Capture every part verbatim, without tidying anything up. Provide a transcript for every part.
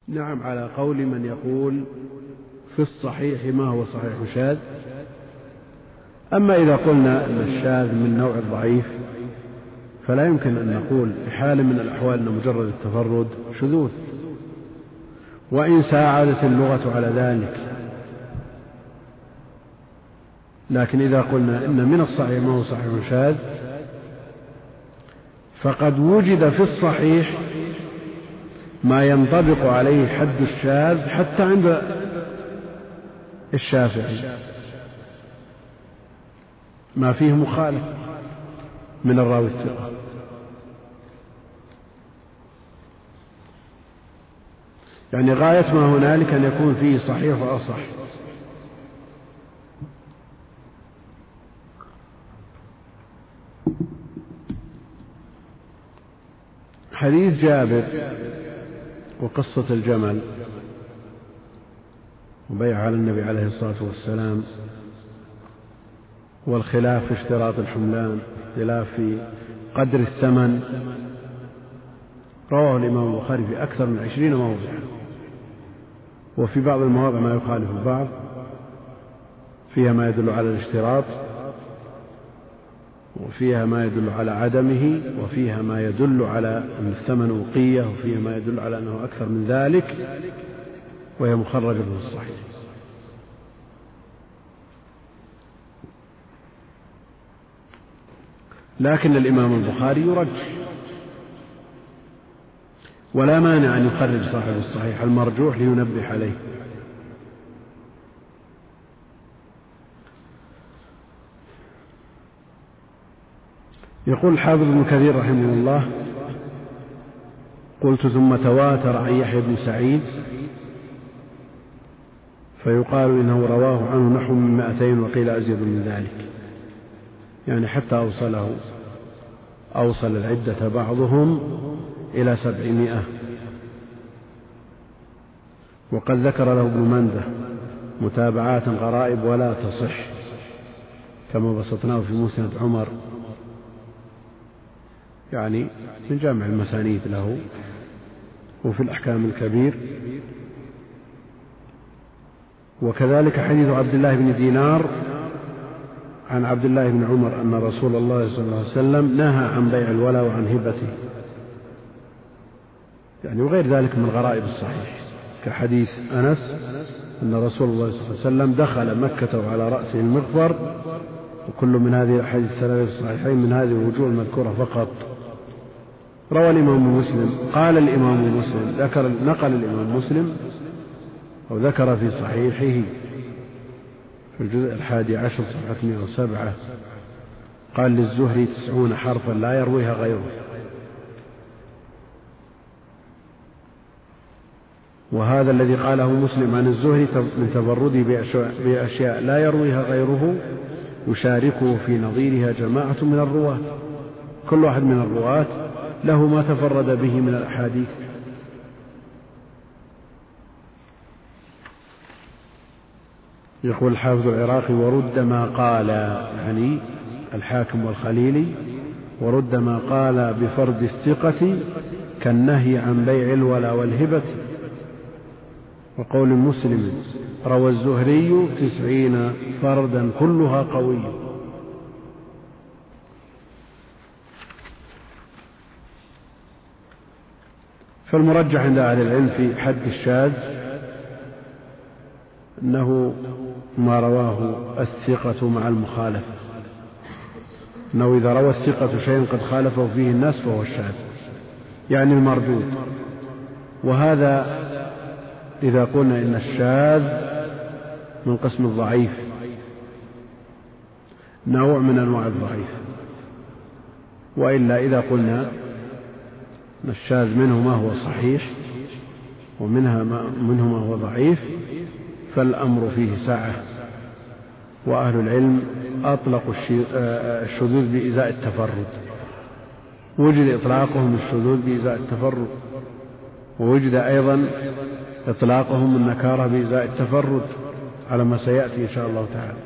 نعم، على قول من يقول في الصحيح ما هو صحيح شاذ. أما إذا قلنا أن الشاذ من نوع الضعيف فلا يمكن أن نقول في حال من الأحوال أن مجرد التفرد شذوذ، وإن ساعدت اللغة على ذلك. لكن إذا قلنا إن من الصحيح ما هو صحيح شاذ فقد وجد في الصحيح ما ينطبق عليه حد الشاذ حتى عند الشافعي، ما فيه مخالف من الراوي الثقة. يعني غاية ما هنالك أن يكون فيه صحيح وأصح. حديث جابر وقصة الجمل وبيع على النبي عليه الصلاة والسلام والخلاف في اشتراط الحملان، اختلاف في قدر الثمن، رواه الإمام البخاري في أكثر من عشرين موضعا، وفي بعض المواضع ما يخالف البعض، فيها ما يدل على الاشتراط، وفيها ما يدل على عدمه، وفيها ما يدل على أن الثمن وقية، وفيها ما يدل على أنه أكثر من ذلك، وهي مخرجة في الصحيح. لكن الإمام البخاري يرجح، ولا مانع أن يخرج صاحب الصحيح المرجوح لينبه عليه. يقول الحافظ ابن كثير رحمه الله: قلت ثم تواتر عن يحيى بن سعيد، فيقال إنه رواه عنه نحو من مائتين وقيل أزيد من ذلك، يعني حتى أوصله أوصل العدة بعضهم إلى سبعمائة. وقد ذكر له ابن منده متابعات غرائب ولا تصح كما بسطناه في مسند عمر، يعني من جامع المسانيد له، وفي الأحكام الكبير. وكذلك حديث عبد الله بن دينار عن عبد الله بن عمر أن رسول الله صلى الله عليه وسلم نهى عن بيع الولا وعن هبته، يعني وغير ذلك من غرائب الصحيح، كحديث أنس أن رسول الله صلى الله عليه وسلم دخل مكة وعلى رأسه المغفر، وكل من هذه الأحاديث الثلاثة الصحيحين من هذه الوجوه المذكورة فقط. روى الإمام مسلم، قال الإمام مسلم، ذكر نقل الإمام مسلم أو ذكر في صحيحه في الجزء الحادي عشر صفحة مئة وسبعة، قال: للزهري تسعون حرفا لا يرويها غيره. وهذا الذي قاله مسلم عن الزهري من تفرده بأشياء لا يرويها غيره يشاركه في نظيرها جماعة من الرواة، كل واحد من الرواة له ما تفرد به من الأحاديث. يقول الحافظ العراقي: ورد ما قال، يعني الحاكم والخليلي، ورد ما قال بفرد الثقة كالنهي عن بيع الولا والهبة. وقول مسلم: روى الزهري تسعين فردا كلها قوية. فالمرجح عند أهل العلم في حد الشاذ أنه ما رواه الثقة مع المخالفة، أنه إذا روى الثقة شيئا قد خالفه فيه الناس فهو الشاذ، يعني المردود. وهذا إذا قلنا إن الشاذ من قسم الضعيف، نوع من أنواع الضعيف. وإلا إذا قلنا أن الشاذ منه ما هو صحيح ومنها ما منه ما هو ضعيف، فالأمر فيه سعة. وأهل العلم أطلقوا الشذوذ بإزاء التفرد، وجد إطلاقهم الشذوذ بإزاء التفرد، ووجد أيضا إطلاقهم النكارة بإزاء التفرد على ما سيأتي إن شاء الله تعالى.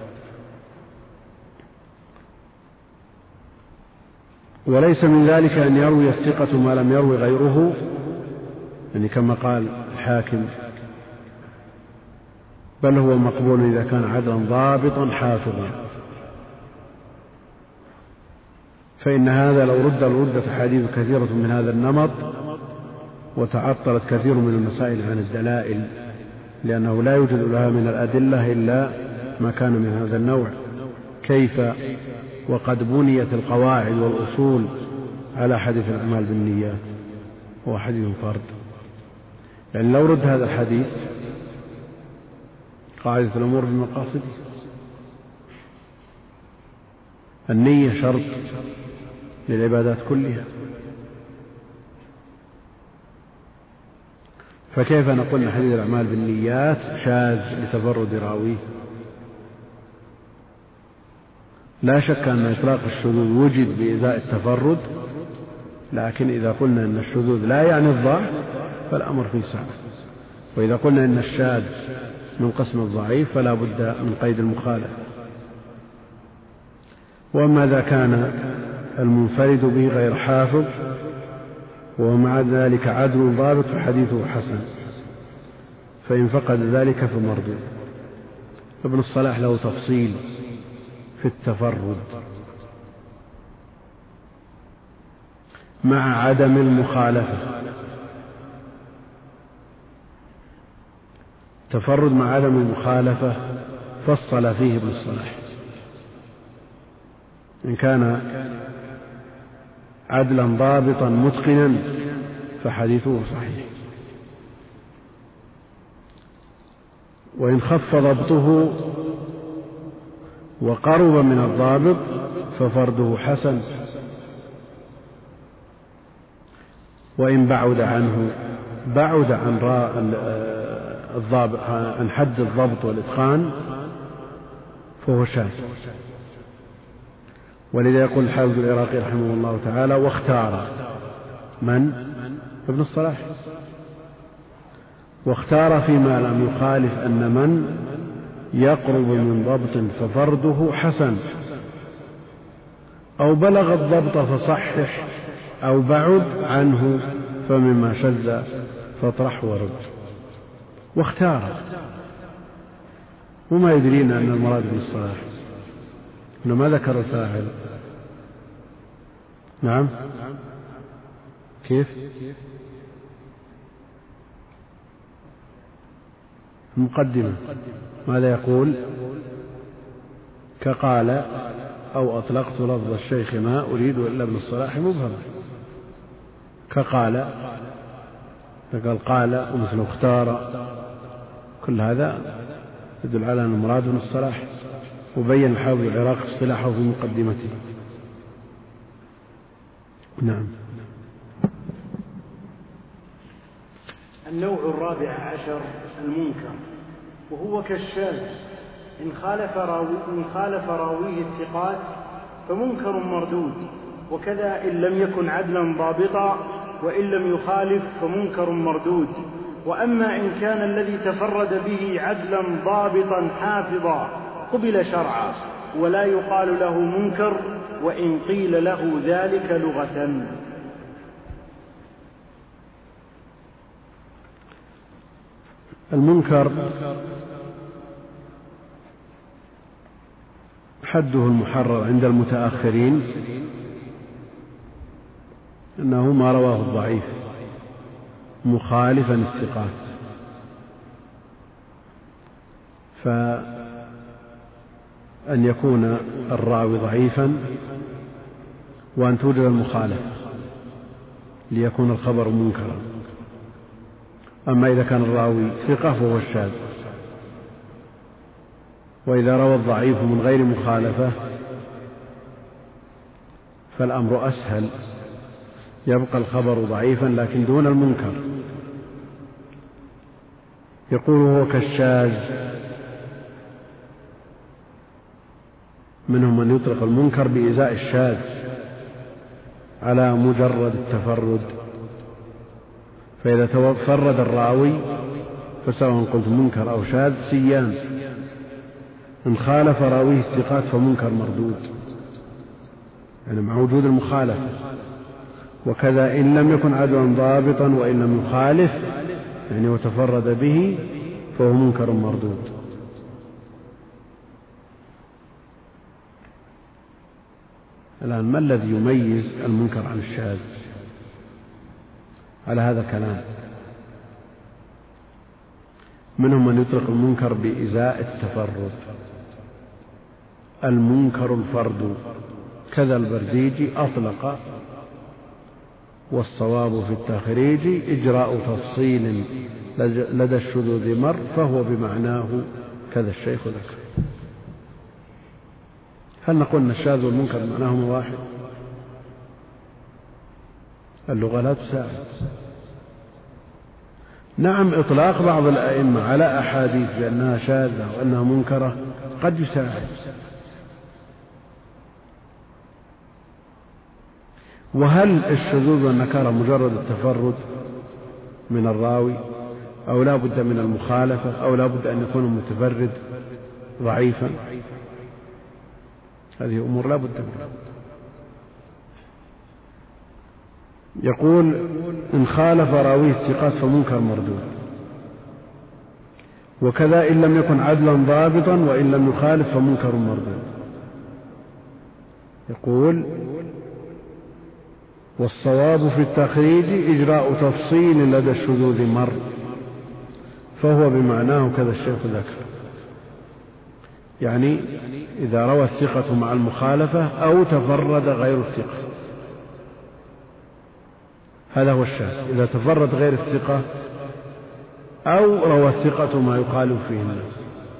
وليس من ذلك أن يروي الثقة ما لم يروي غيره، يعني كما قال الحاكم، بل هو مقبول إذا كان عدلا ضابطا حافظا. فإن هذا لو رد لردت أحاديث كثيرة من هذا النمط، وتعطلت كثير من المسائل عن الدلائل، لأنه لا يوجد لها من الأدلة إلا ما كان من هذا النوع. كيف وقد بنيت القواعد والأصول على حديث الأعمال بالنيات، هو حديث فرد. يعني لو رد هذا الحديث قاعدة الأمور بالمقاصد، النية شرط للعبادات كلها، فكيف نقول أن حديث الأعمال بالنيات شاذ لتفرد راويه؟ لا شك أن إطلاق الشذوذ وجد بإزاء التفرد، لكن إذا قلنا أن الشذوذ لا يعني الضعف فالأمر فيه سعة، وإذا قلنا أن الشاذ من قسم الضعيف فلا بد من قيد المخالف. وأما إذا كان المنفرد به غير حافظ ومع ذلك عدل ضابط فحديثه حسن، فإن فقد ذلك فمردود. ابن الصلاح له تفصيل في التفرد مع عدم المخالفة. تفرد مع عدم المخالفة فصل فيه ابن الصلاح، إن كان عدلا ضابطا متقنا فحديثه صحيح، وإن خف ضبطه وقرب من الضابط ففرده حسن، وإن بعد عنه بعد عن الضابط عن حد الضبط والإتقان فهو شاذ. ولذا يقول الحافظ العراقي رحمه الله تعالى: واختار من؟ ابن الصلاح، واختار فيما لم يخالف أن من يقرب من ضبط ففرده حسن، أو بلغ الضبط فصحح، أو بعد عنه فمما شذ فاطرح ورد. واختار، وما يدرينا أن المراد ابن الصلاح، إنه ما ذكر الفاعل. نعم، كيف؟ المقدمة ماذا يقول؟ كقال أو أطلقت لفظ الشيخ ما أريد إلا ابن الصلاح مبهم. كقال فقال قال ومثل اختار، كل هذا يدل على أن المراد ابن الصلاح. وبين الحافظ العراقي اصطلاحه في مقدمته. نعم. النوع الرابع عشر المنكر، وهو كالشاذ، إن خالف راوي إن خالف راويه الثقات فمنكر مردود، وكذا إن لم يكن عدلا ضابطا، وإن لم يخالف فمنكر مردود. وأما إن كان الذي تفرد به عدلا ضابطا حافظا قبل شرعا، ولا يقال له منكر وإن قيل له ذلك لغة. المنكر حده المحرر عند المتأخرين أنه ما رواه الضعيف مخالفا الثقات، فأن يكون الراوي ضعيفا وأن توجد المخالفة ليكون الخبر منكرا. أما إذا كان الراوي ثقة فهو الشاذ، وإذا روى الضعيف من غير مخالفة فالأمر أسهل، يبقى الخبر ضعيفا لكن دون المنكر. يقول هو كالشاذ، منهم من يطلق المنكر بإزاء الشاذ على مجرد التفرد، فإذا تفرد الراوي فسواء قلت منكر أو شاذ سيان، إن خالف راويه الثقات فمنكر مردود، يعني مع وجود المخالفة. وكذا إن لم يكن عدلا ضابطا وإن لم يخالف يعني وتفرد به فهو منكر مردود. الآن ما الذي يميز المنكر عن الشاذ؟ على هذا كلام، منهم من يطلق المنكر بإزاء التفرد، المنكر الفرد، كذا البرديجي أطلق، والصواب في التخريج إجراء تفصيل لدى الشذوذ مر فهو بمعناه كذا الشيخ ذكر. هل نقول أن الشاذ والمنكر معناهما واحد؟ اللغة لا تساعد. نعم، إطلاق بعض الأئمة على أحاديث بأنها شاذة وأنها منكرة قد يساعد. وهل الشذوذ والنكارة مجرد التفرد من الراوي، أو لا بد من المخالفة، أو لا بد أن يكون المتفرد ضعيفا؟ هذه أمور لا بد منها. يقول إن خالف راويه الثقات فمنكر مردود، وكذا إن لم يكن عدلا ضابطا وإن لم يخالف فمنكر مردود. يقول والصواب في التخريج إجراء تفصيل لدى الشذوذ مر فهو بمعناه كذا الشيخ ذكر، يعني إذا روى الثقة مع المخالفة أو تفرد غير الثقة، هذا هو الشاذ، إذا تفرد غير الثقة أو روى الثقة ما يقال فيه الناس.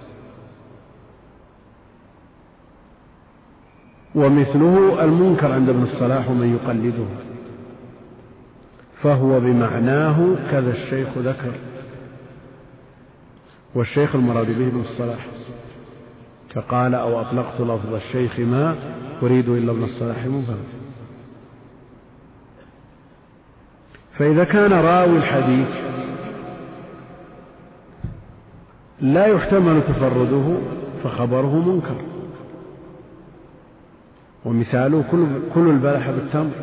ومثله المنكر عند ابن الصلاح ومن يقلده فهو بمعناه كذا الشيخ ذكر، والشيخ المراد به ابن الصلاح، كقال أو أطلقت لفظ الشيخ ما أريد إلا ابن الصلاح منفرد. فإذا كان راوي الحديث لا يحتمل تفرده فخبره منكر. ومثاله كل, كل البلح بالتمر،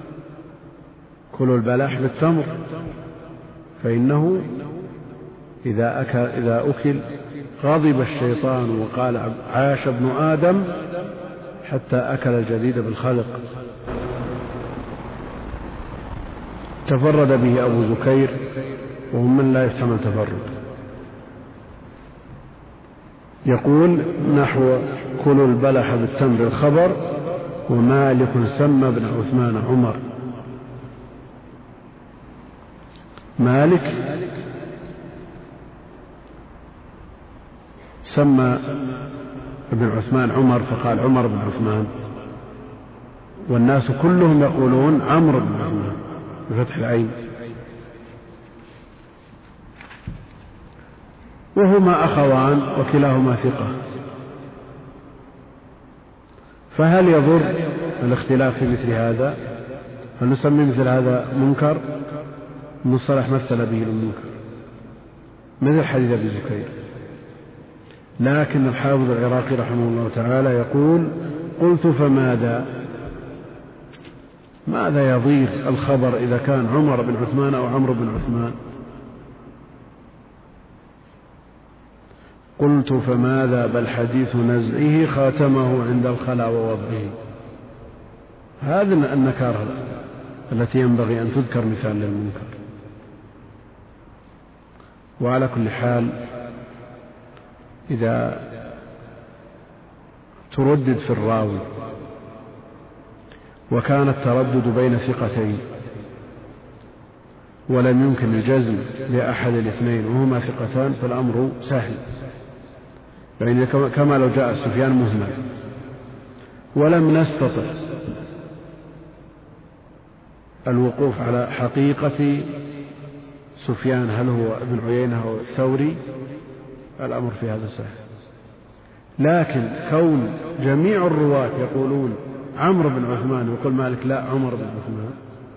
كل البلح بالتمر، فإنه إذا أكل, إذا أكل غضب الشيطان وقال عاش ابن آدم حتى أكل الجديد بالخلق. تفرد به أبو زكير وهم من لا يحتمل تفرد. يقول نحو كل البلح بالتمر الخبر، ومالك سمى ابن عثمان عمر. مالك سمى ابن عثمان عمر فقال عمر بن عثمان، والناس كلهم يقولون عمرو بن عثمان بفتح العين، وهما أخوان وكلاهما ثقة. فهل يضر الاختلاف في مثل هذا؟ هل نسمي مثل هذا منكر؟ المصطلح مثل به المنكر مثل حديث أبي زكير. لكن الحافظ العراقي رحمه الله تعالى يقول قلت فماذا ماذا يضير الخبر إذا كان عمر بن عثمان أو عمرو بن عثمان؟ قلت فماذا بل حديث نزعه خاتمه عند الخلا ووضعه. هذه النكارة التي ينبغي أن تذكر مثال للمنكر. وعلى كل حال إذا تردد في الراوي وكان التردد بين ثقتين ولم يمكن الجزم لأحد الاثنين وهما ثقتان فالأمر سهل، يعني كما لو جاء سفيان مهمل ولم نستطع الوقوف على حقيقة سفيان هل هو ابن عيينة أو الثوري، الأمر في هذا سهل. لكن كون جميع الرواة يقولون عمرو بن عثمان ويقول مالك لا عمر بن عثمان،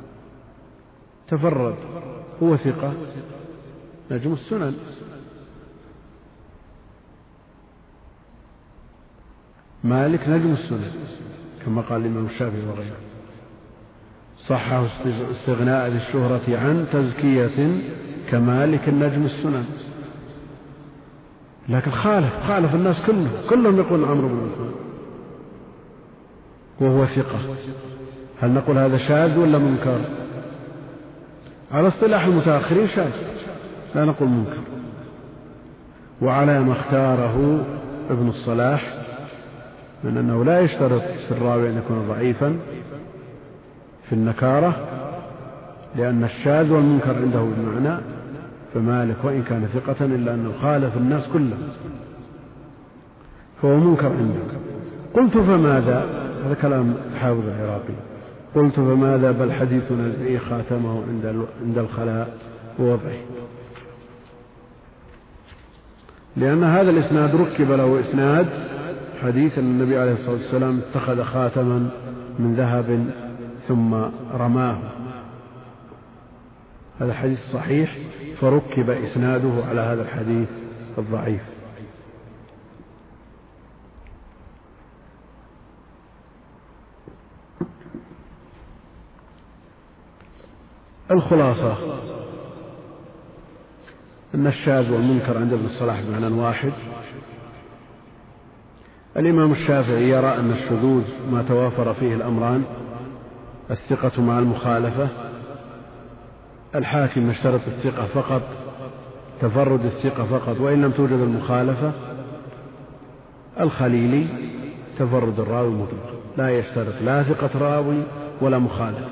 تفرد هو ثقة نجم السنن، مالك نجم السنن كما قال الإمام الشافعي وغيره. صحه استغناء بالشهرة عن تزكية كمالك النجم السنن، لكن خالف خالف الناس كلهم كلهم يقولون عمرو بن عثمان وهو ثقة. هل نقول هذا شاذ ولا منكر؟ على اصطلاح المتأخرين شاذ، لا نقول منكر. وعلى ما اختاره ابن الصلاح من أنه لا يشترط في الراوي أن يكون ضعيفا في النكارة، لأن الشاذ والمنكر عنده بمعنى، فمالك وإن كان ثقة إلا أنه خالف الناس كلهم فهو منكر عنده. قلت فماذا، هذا كلام حافظ العراقي، قلت فماذا بل حديث نزعه خاتمه عند الخلاء ووضعه، لأن هذا الإسناد ركب له إسناد حديث أن النبي عليه الصلاة والسلام اتخذ خاتما من ذهب ثم رماه، هذا حديث صحيح فركب إسناده على هذا الحديث الضعيف. الخلاصة أن الشاذ والمنكر عند ابن الصلاح بمعنى واحد. الإمام الشافعي يرى أن الشذوذ ما توافر فيه الأمران، الثقة مع المخالفة. الحاكم يشترط الثقة فقط، تفرد الثقة فقط وإن لم توجد المخالفة. الخليلي تفرد الراوي مطلق، لا يشترط لا ثقة راوي ولا مخالفة.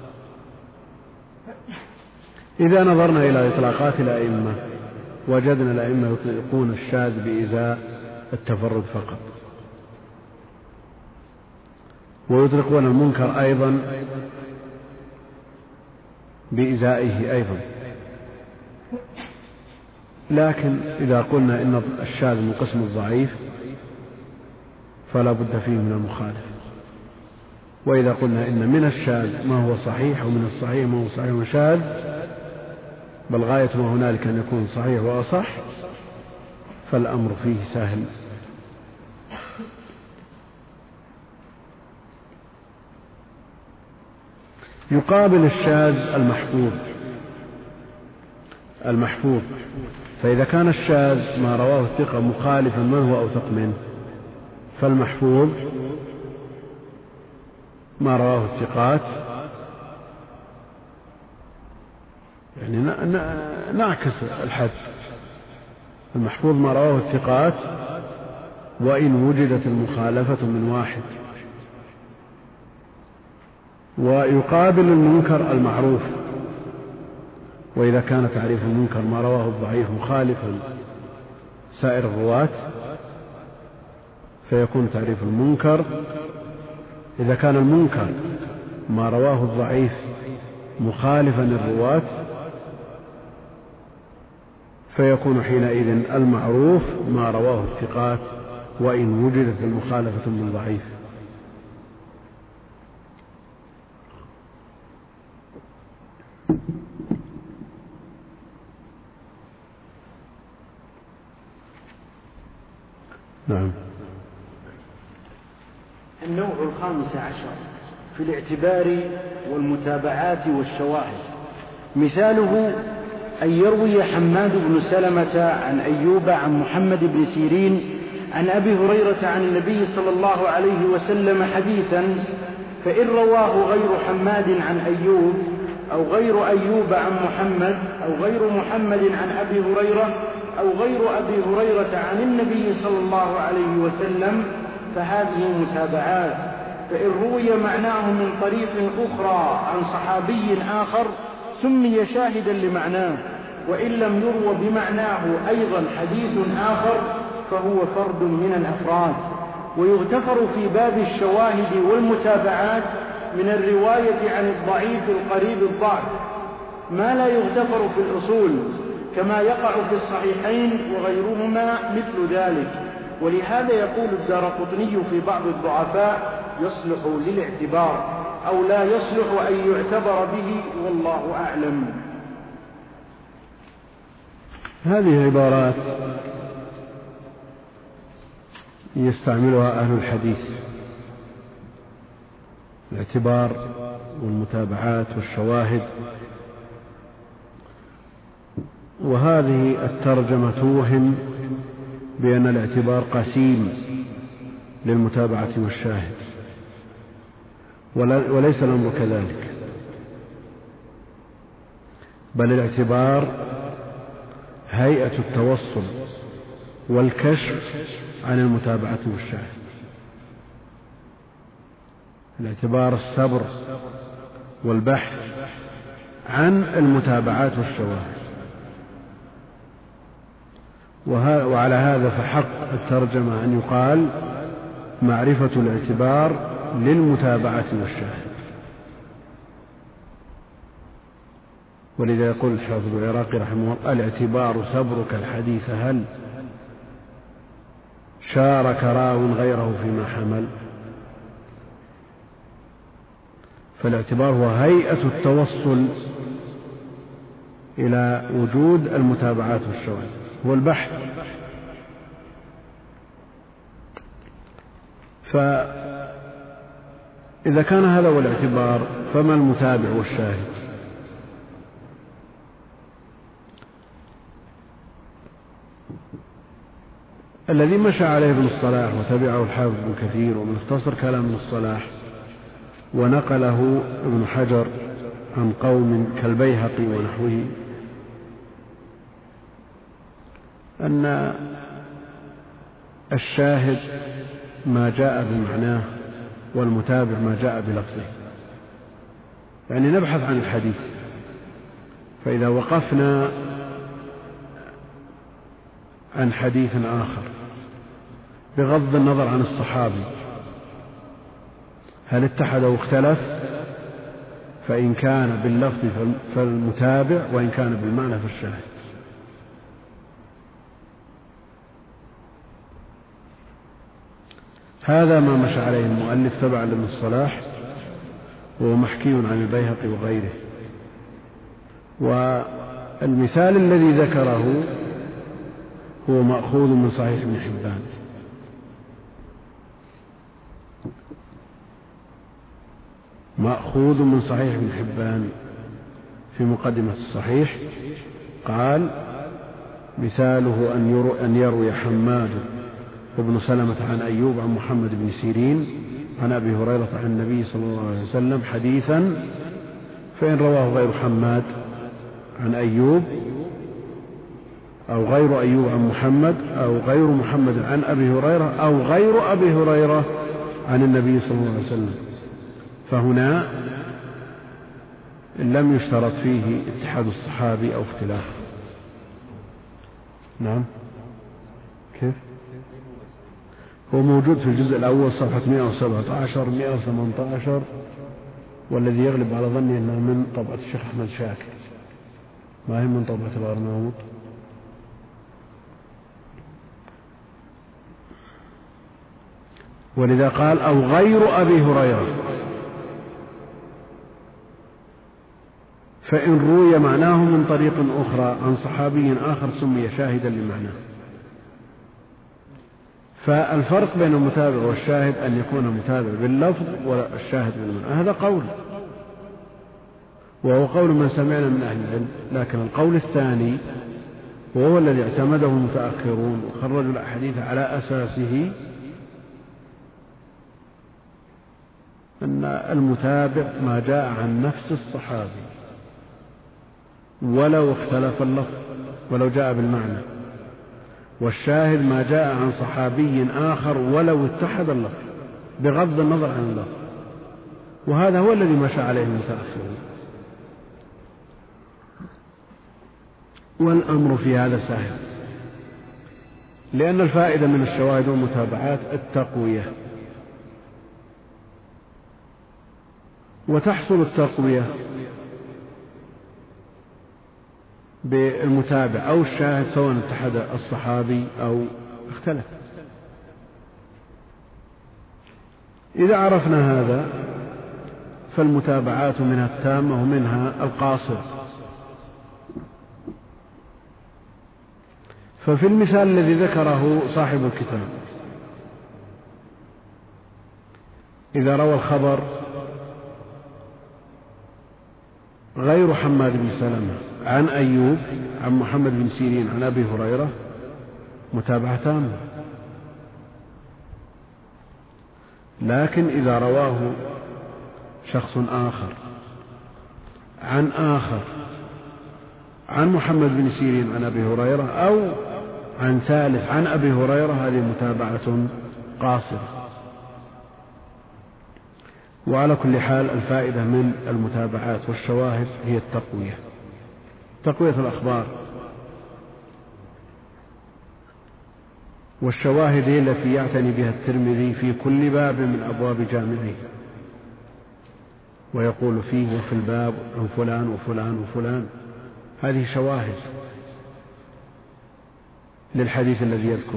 إذا نظرنا إلى إطلاقات الأئمة وجدنا الأئمة يطلقون الشاذ بإزاء التفرد فقط، ويطلقون المنكر أيضا بإزائه أيضا. لكن إذا قلنا إن الشاذ من قسم الضعيف فلا بد فيه من المخالف، وإذا قلنا إن من الشاذ ما هو صحيح ومن الصحيح ما هو صحيح وشاذ، بل غاية ما هنالك أن يكون صحيح وأصح، فالأمر فيه سهل. يقابل الشاذ المحفوظ المحفوظ فإذا كان الشاذ ما رواه الثقة مخالفا من هو أوثق منه، فالمحفوظ ما رواه الثقات، يعني نعكس الحد، المحفوظ ما رواه الثقات وإن وجدت المخالفة من واحد. ويقابل المنكر المعروف، وإذا كان تعريف المنكر ما رواه الضعيف مخالفا سائر الرواة فيكون تعريف المنكر، إذا كان المنكر ما رواه الضعيف مخالفا الرواة فيكون حينئذ المعروف ما رواه الثقات وإن وجدت المخالفة من ضعيف. نعم. النوع الخامس عشر في الاعتبار والمتابعات والشواهد، مثاله أن يروي حماد بن سلمة عن أيوب عن محمد بن سيرين عن أبي هريرة عن النبي صلى الله عليه وسلم حديثا، فإن رواه غير حماد عن أيوب أو غير أيوب عن محمد أو غير محمد عن أبي هريرة أو غير أبي هريرة عن النبي صلى الله عليه وسلم فهذه متابعات. فإن روي معناه من طريق أخرى عن صحابي آخر سمي شاهدا لمعناه، وإن لم يروى بمعناه أيضا حديث آخر فهو فرد من الأفراد. ويغتفر في باب الشواهد والمتابعات من الرواية عن الضعيف القريب الضعف ما لا يغتفر في الأصول، كما يقع في الصحيحين وغيرهما مثل ذلك. ولهذا يقول الدارقطني في بعض الضعفاء يصلح للاعتبار أو لا يصلح أن يعتبر به، والله أعلم. هذه عبارات يستعملها أهل الحديث الاعتبار والمتابعات والشواهد. وهذه الترجمة توهم بأن الاعتبار قسيم للمتابعة والشاهد، وليس الأمر كذلك، بل الاعتبار هيئة التوصل والكشف عن المتابعة والشاهد. الاعتبار الصبر والبحث عن المتابعات والشواهد. وعلى هذا فحق الترجمة أن يقال معرفة الاعتبار للمتابعة والشاهد. ولذا يقول الحافظ العراقي رحمه الله: الاعتبار صبرك الحديث هل شارك راو غيره فيما حمل. فالاعتبار هو هيئة التوصل إلى وجود المتابعات والشواهد، هو البحث. فإذا كان هذا هو الاعتبار فما المتابع والشاهد؟ الذي مشى عليه ابن الصلاح وتبعه الحافظ ابن كثير، ومن اختصر كلام ابن الصلاح ونقله ابن حجر عن قوم كالبيهقي ونحوه، أن الشاهد ما جاء بمعناه والمتابع ما جاء بلفظه. يعني نبحث عن الحديث، فإذا وقفنا عن حديث آخر بغض النظر عن الصحابي هل اتحد واختلف، فإن كان باللفظ فالمتابع، وإن كان بالمعنى فالشاهد. هذا ما مشى عليه المؤلف تبعا لابن الصلاح، وهو محكي عن البيهقي وغيره. والمثال الذي ذكره هو مأخوذ من صحيح ابن حبان. مأخوذ من صحيح ابن حبان في مقدمة الصحيح قال: مثاله أن يروي حماد وابن سلمة عن أيوب عن محمد بن سيرين عن أبي هريرة عن النبي صلى الله عليه وسلم حديثا، فإن رواه غير حماد عن أيوب أو غير أيوب عن محمد أو غير محمد عن أبي هريرة أو غير أبي هريرة عن النبي صلى الله عليه وسلم، فهنا لم يشترط فيه اتحاد الصحابي أو اختلافه. نعم، كيف؟ هو موجود في الجزء الأول صفحة مئة وسبعة عشر مئة وثمانية عشر، والذي يغلب على ظني أنه من طبعة الشيخ أحمد شاكر، ما هي من طبعة الأرناؤوط. ولذا قال: أو غير أبي هريرة، فإن روي معناه من طريق أخرى عن صحابي آخر سمي شاهدا لمعناه. فالفرق بين المتابع والشاهد أن يكون المتابع باللفظ والشاهد بالمعنى، هذا قول، وهو قول من سمعنا من أهل العلم. لكن القول الثاني وهو الذي اعتمده المتأخرون وخرجوا الأحاديث على أساسه، أن المتابع ما جاء عن نفس الصحابي ولو اختلف اللفظ ولو جاء بالمعنى، والشاهد ما جاء عن صحابي آخر ولو اتحد اللفظ بغض النظر عن اللفظ. وهذا هو الذي مشى عليه المتأخرون، والأمر في هذا سهل، لأن الفائدة من الشواهد والمتابعات التقوية، وتحصل التقوية بالمتابع أو الشاهد سواء اتحد الصحابي أو اختلف. إذا عرفنا هذا فالمتابعات منها التامة ومنها القاصر. ففي المثال الذي ذكره صاحب الكتاب، إذا روى الخبر غير حماد بن سلمة عن أيوب عن محمد بن سيرين عن أبي هريرة متابعة تامة. لكن إذا رواه شخص آخر عن آخر عن محمد بن سيرين عن أبي هريرة أو عن ثالث عن أبي هريرة هذه متابعة قاصرة. وعلى كل حال الفائدة من المتابعات والشواهد هي التقوية، تقوية الأخبار، والشواهد هي التي يعتني بها الترمذي في كل باب من أبواب جامعه، ويقول فيه وفي الباب عن فلان وفلان وفلان. هذه شواهد للحديث الذي يذكره،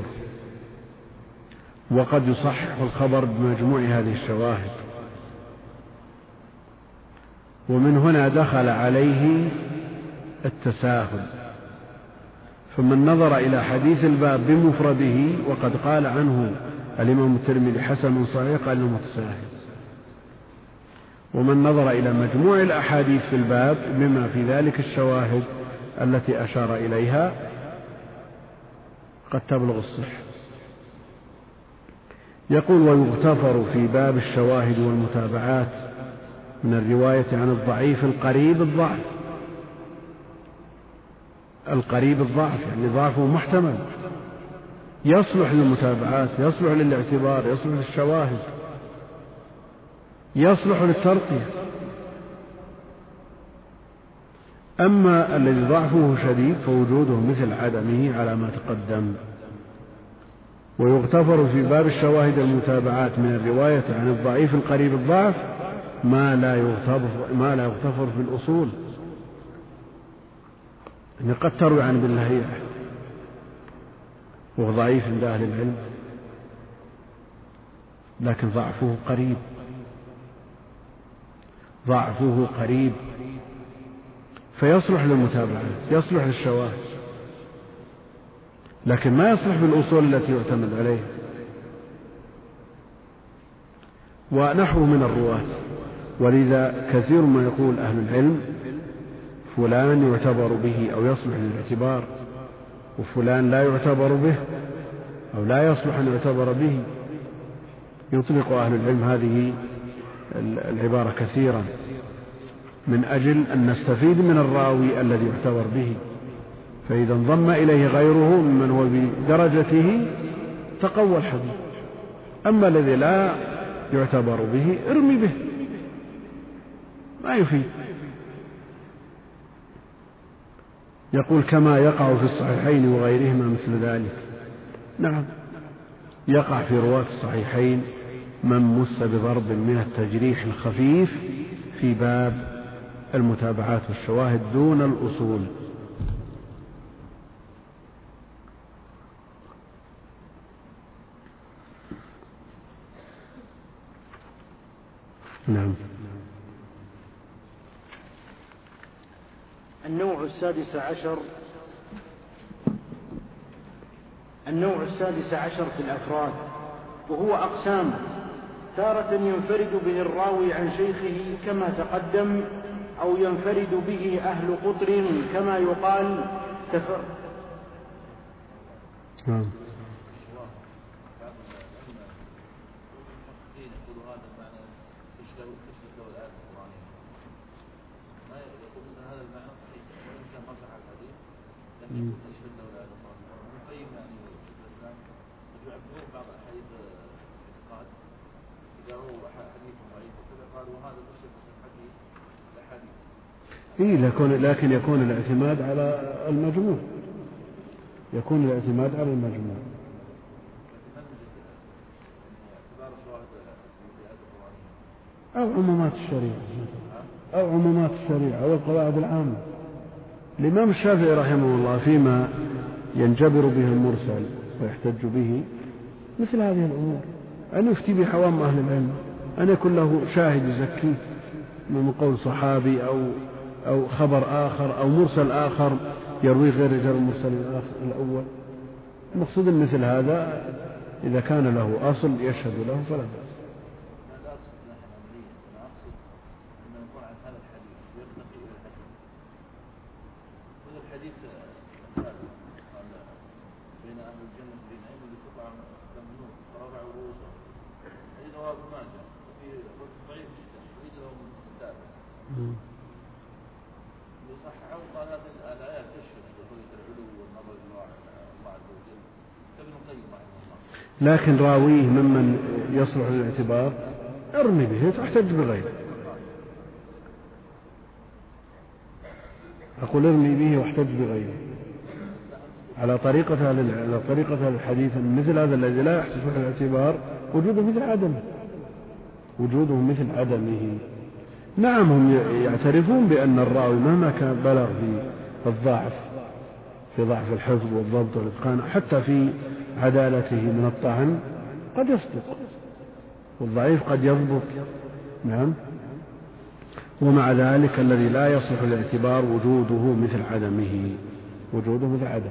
وقد يصحح الخبر بمجموع هذه الشواهد. ومن هنا دخل عليه التساهل، فمن نظر إلى حديث الباب بمفرده وقد قال عنه الإمام الترمذي حسن صحيح قال له متساهل، ومن نظر إلى مجموع الأحاديث في الباب بما في ذلك الشواهد التي أشار إليها قد تبلغ الصحة. يقول ويغتفر في باب الشواهد والمتابعات من الرواية عن الضعيف القريب الضعف، القريب الضعف يعني ضعفه محتمل، يصلح للمتابعات، يصلح للاعتبار، يصلح للشواهد، يصلح للترقية. أما الذي ضعفه شديد فوجوده مثل عدمه على ما تقدم. ويغتفر في باب الشواهد المتابعات من الرواية عن الضعيف القريب الضعف ما لا يغتفر, ما لا يغتفر في الأصول. يعني قد تروي عن ابن لهيعة وهو ضعيف عند أهل العلم، لكن ضعفه قريب، ضعفه قريب فيصلح للمتابعات، يصلح للشواهد، لكن ما يصلح بالأصول التي يعتمد عليها. ونحو من الرواة، ولذا كثير ما يقول أهل العلم فلان يعتبر به أو يصلح للاعتبار، وفلان لا يعتبر به أو لا يصلح أن يعتبر به. يطلق أهل العلم هذه العبارة كثيرا من أجل أن نستفيد من الراوي الذي يعتبر به، فإذا انضم إليه غيره ممن هو بدرجته تقوى الحديث. أما الذي لا يعتبر به ارمي به، ما يفيد. يقول كما يقع في الصحيحين وغيرهما مثل ذلك. نعم، يقع في رواة الصحيحين من مس بضرب من التجريح الخفيف في باب المتابعات والشواهد دون الأصول. نعم. النوع السادس عشر النوع السادس عشر في الأفراد، وهو أقسام: تارة ينفرد به الراوي عن شيخه كما تقدم، أو ينفرد به أهل قطر كما يقال تفر. نعم. إيه لكن يكون الاعتماد على المجموع، يكون الاعتماد على المجموع. أو عمومات الشريعة أو عمومات الشريعة أو القواعد العامة. الإمام الشافعي رحمه الله فيما ينجبر به المرسل ويحتج به مثل هذه الأمور، أن يفتي بحوام أهل العلم، أن يكون له شاهد يزكيه من قول صحابي أو أو خبر آخر أو مرسل آخر يروي غير رجال المرسل الأول. المقصود مثل هذا إذا كان له أصل يشهد له فلا بأس. بين أهل الجنة في النعيم اللي تطلع كالنور فرفعوا رؤوسهم هذه رواه ابن ماجه وفي رجل ضعيف جدا وليس له متابع يصححه وقال هذه الآيات تشهد بقضية العلو والنظر إلى الله عز وجل كابن القيم رحمه الله. لكن راويه ممن يصلح للاعتبار ارمي به تحتج بغيره. أقول ارمي به واحتج بغيره على طريقة على طريقة الحديث مثل هذا الذي لا يحتج بالاعتبار وجوده مثل عدمه وجوده مثل عدمه. نعم هم يعترفون بأن الراوي مهما كان بلغ في الضعف في ضعف الحفظ والضبط والإتقان حتى في عدالته من الطعن قد يصدق والضعيف قد يضبط. نعم. ومع ذلك الذي لا يصلح الاعتبار وجوده مثل عدمه وجوده مثل عدمه.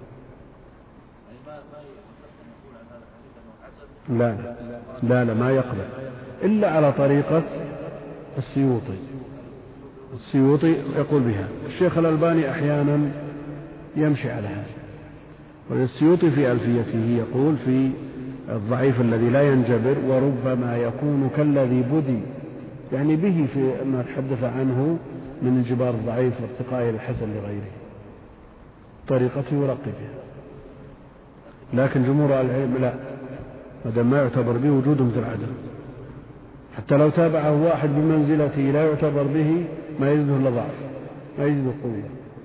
لا لا لا ما يقبل إلا على طريقة السيوطي. السيوطي يقول بها. الشيخ الألباني أحيانا يمشي على هذا. والسيوطي في ألفيته يقول في الضعيف الذي لا ينجبر وربما يكون كالذي بدي يعني به في ما تحدث عنه من انجبار الضعيف وارتقائه الحسن لغيره طريقته يرقي بها. لكن جمهور العلم لا هذا ما يعتبر به وجوده مثل عدم حتى لو تابعه واحد بمنزلته لا يعتبر به ما يزيده إلا ضعف ما يزيده قوة.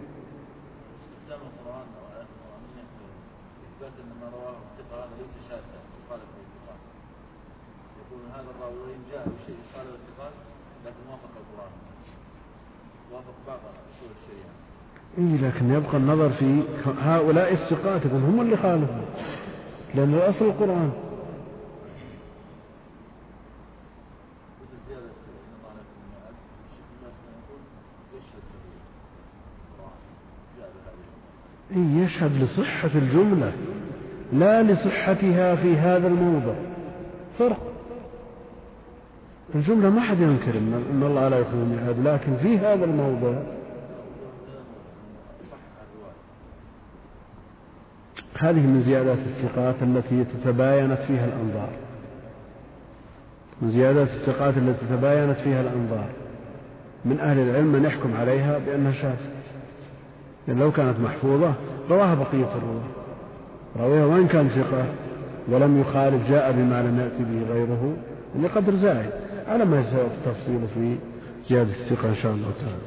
هذا الراوي وإن جاء بشيء قال الاتقان لكن وافق القرآن وافق بعض أصول الشريعة. إيه لكن يبقى النظر في هؤلاء الثقات هم اللي خالفوا لأن الأصل القرآن. إيه يشهد لصحة الجملة لا لصحتها في هذا الموضع فرق. الجملة ما حد ينكر إن الله لا يخلف الميعاد لكن في هذا الموضع هذه من زيادات الثقات التي تتباينت فيها الأنظار من زيادات الثقات التي تباينت فيها الأنظار من أهل العلم من يحكم عليها بأنها شاذة يعني لو كانت محفوظة رواها بقية الرواة راويها وإن كان ثقة ولم يخالف جاء بما لم يأتي به غيره يعني قدر زائد على ما سيأتي التفصيل في زيادة الثقة إن شاء الله تعالى.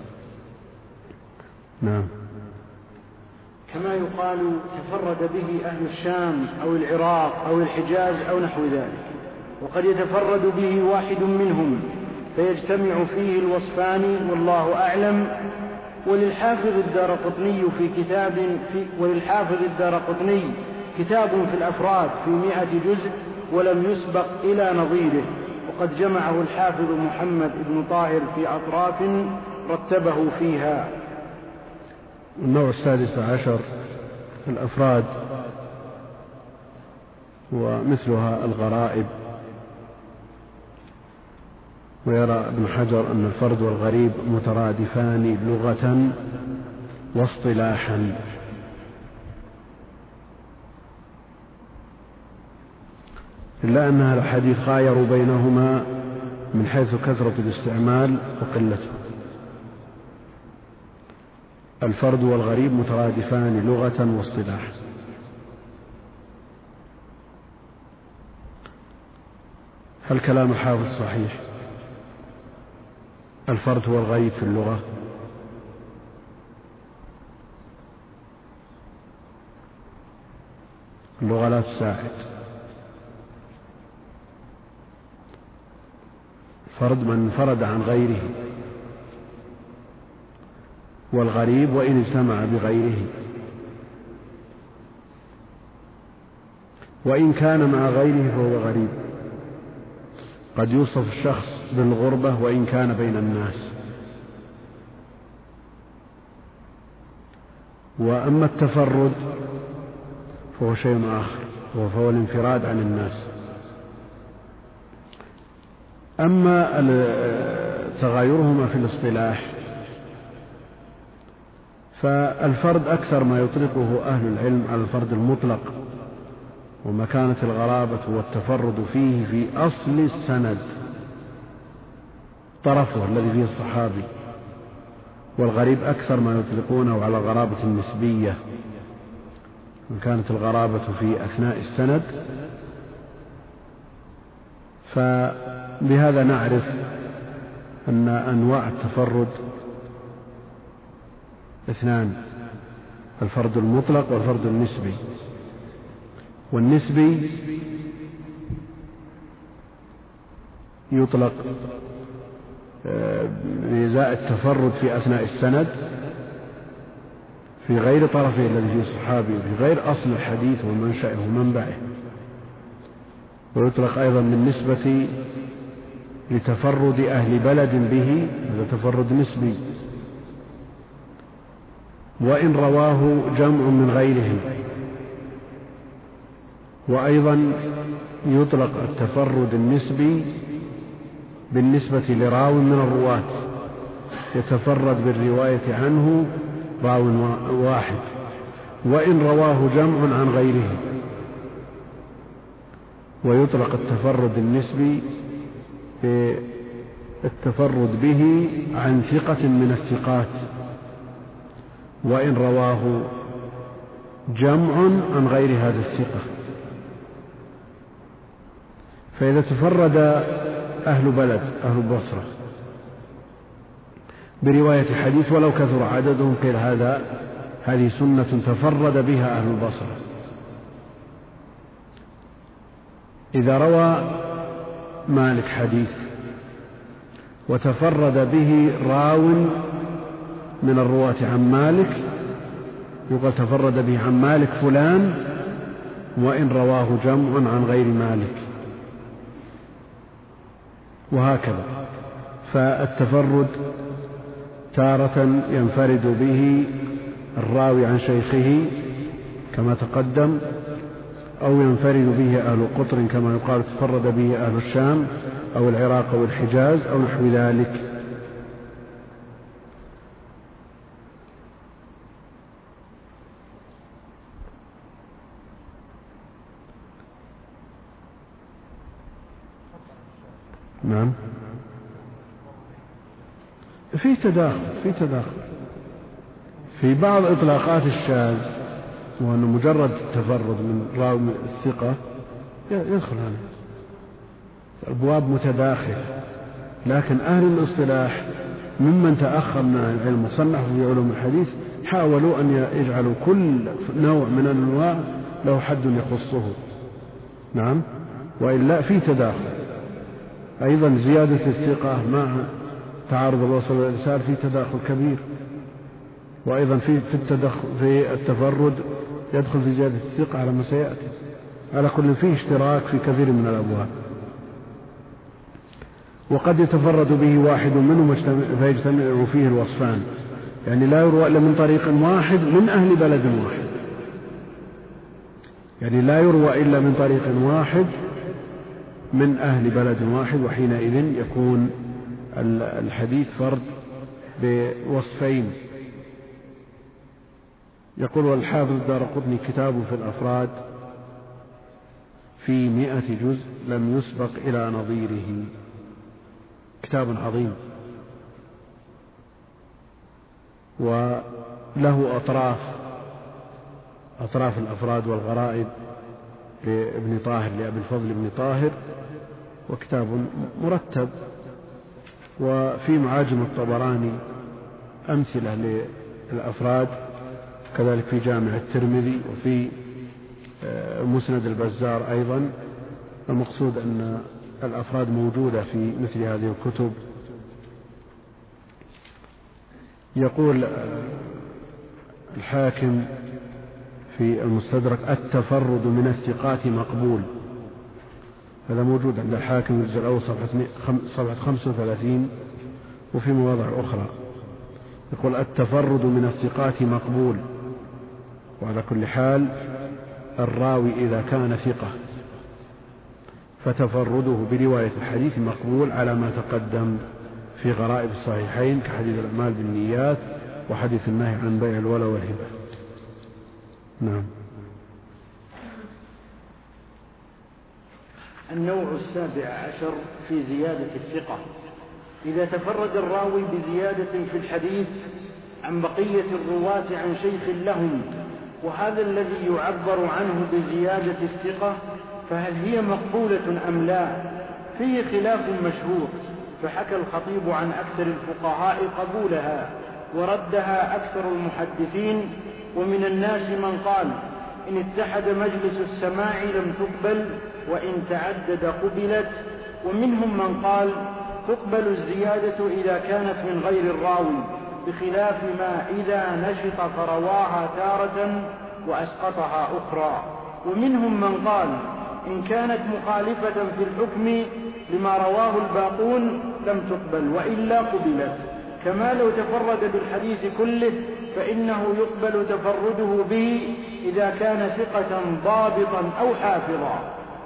نعم. كما يقال تفرد به أهل الشام أو العراق أو الحجاز أو نحو ذلك وقد يتفرد به واحد منهم فيجتمع فيه الوصفان والله أعلم. وللحافظ الدارقطني في كتاب في وللحافظ الدارقطني كتاب في الأفراد في مئة جزء ولم يسبق إلى نظيره وقد جمعه الحافظ محمد بن طاهر في أطراف رتبه فيها. النوع السادس عشر الأفراد ومثلها الغرائب. ويرى ابن حجر أن الفرد والغريب مترادفان لغة واصطلاحا إلا أن الحديث غايروا بينهما من حيث كثرة الاستعمال وقلته. الفرد والغريب مترادفان لغة واصطلاحا. هل كلام الحافظ صحيح؟ الفرد هو الغريب في اللغة اللغة لا تساعد. فرد من انفرد عن غيره والغريب وإن اجتمع بغيره وإن كان مع غيره فهو غريب. قد يوصف الشخص بالغربة وإن كان بين الناس. وأما التفرد فهو شيء آخر وهو الانفراد عن الناس. أما تغايرهما في الاصطلاح فالفرد أكثر ما يطلقه أهل العلم على الفرد المطلق، ومكانة الغرابة والتفرد فيه في أصل السند طرفه الذي فيه الصحابي، والغريب أكثر ما يطلقونه على الغرابة النسبية، وكانت الغرابة في أثناء السند. فبهذا نعرف أن أنواع التفرد اثنان: الفرد المطلق والفرد النسبي. والنسبي يطلق بإزاء التفرد في أثناء السند في غير طرفه الذي فيه الصحابي وفي غير أصل الحديث ومنشأه ومنبعه. ويطلق أيضا بالنسبة لتفرد أهل بلد به، هذا تفرد نسبي، وإن رواه جمع من غيرهم. وأيضا يطلق التفرد النسبي بالنسبة لراو من الرواة يتفرد بالرواية عنه راو واحد، وإن رواه جمع عن غيره. ويطلق التفرد النسبي بالتفرد به عن ثقة من الثقات، وإن رواه جمع عن غير هذا الثقة. فإذا تفرد أهل بلد أهل البصرة برواية حديث ولو كثر عددهم قيل هذا هذه سنة تفرد بها أهل البصرة. إذا روى مالك حديث وتفرد به راو من الرواة عن مالك يقال تفرد به عن مالك فلان، وإن رواه جمع عن غير مالك، وهكذا. فالتفرد تارة ينفرد به الراوي عن شيخه كما تقدم، أو ينفرد به أهل قطر كما يقال تفرد به أهل الشام أو العراق أو الحجاز أو نحو ذلك. نعم، في تداخل في تداخل في بعض إطلاقات الشاذ، وأنه مجرد التفرد من راوي الثقة يدخل هذا أبواب متداخلة. لكن أهل الاصطلاح ممن تأخر من العلم وصنفوا في علوم الحديث حاولوا أن يجعلوا كل نوع من الأنواع له حد يخصه. نعم، وإلا في تداخل. أيضا زيادة الثقة مع تعارض الوصل والإرسال في تداخل كبير. وأيضا في في التدخل في التفرد يدخل في زيادة الثقة على ما سيأتي. على كل فيه اشتراك في كثير من الأبواب. وقد يتفرد به واحد منهم فيجتمع فيه الوصفان، يعني لا يروى إلا من طريق واحد من أهل بلد واحد، يعني لا يروى إلا من طريق واحد من أهل بلد واحد، وحينئذ يكون الحديث فرد بوصفين. يقول والحافظ الدارقطني كتاب في الأفراد في مئة جزء لم يسبق إلى نظيره، كتاب عظيم وله أطراف أطراف الأفراد والغرائب لابن طاهر لأبي الفضل بن طاهر، وكتاب مرتب. وفي معاجم الطبراني أمثلة للأفراد، كذلك في جامع الترمذي وفي مسند البزار أيضا. المقصود أن الأفراد موجودة في مثل هذه الكتب. يقول الحاكم في المستدرك التفرد من الثقات مقبول، هذا موجود عند الحاكم الجزء الأول صفحة خمسة وثلاثين وفي مواضع أخرى. يقول التفرد من الثقات مقبول، وعلى كل حال الراوي إذا كان ثقة فتفرده برواية الحديث مقبول على ما تقدم في غرائب الصحيحين كحديث الأعمال بالنيات وحديث النهي عن بيع الولا والهبة. نعم. النوع السابع عشر في زيادة الثقة: إذا تفرد الراوي بزيادة في الحديث عن بقية الرواة عن شيخ لهم، وهذا الذي يعبر عنه بزيادة الثقة، فهل هي مقبولة أم لا؟ فيه خلاف مشهور، فحكى الخطيب عن أكثر الفقهاء قبولها وردها أكثر المحدثين، ومن الناس من قال إن اتحد مجلس السماع لم تقبل، وإن تعدد قبلت، ومنهم من قال تقبل الزيادة إذا كانت من غير الراوي، بخلاف ما إذا نشط فرواها تارة وأسقطها أخرى، ومنهم من قال إن كانت مخالفة في الحكم لما رواه الباقون لم تقبل، وإلا قبلت، كما لو تفرد بالحديث كله فإنه يقبل تفرده به إذا كان ثقة ضابطا أو حافظا.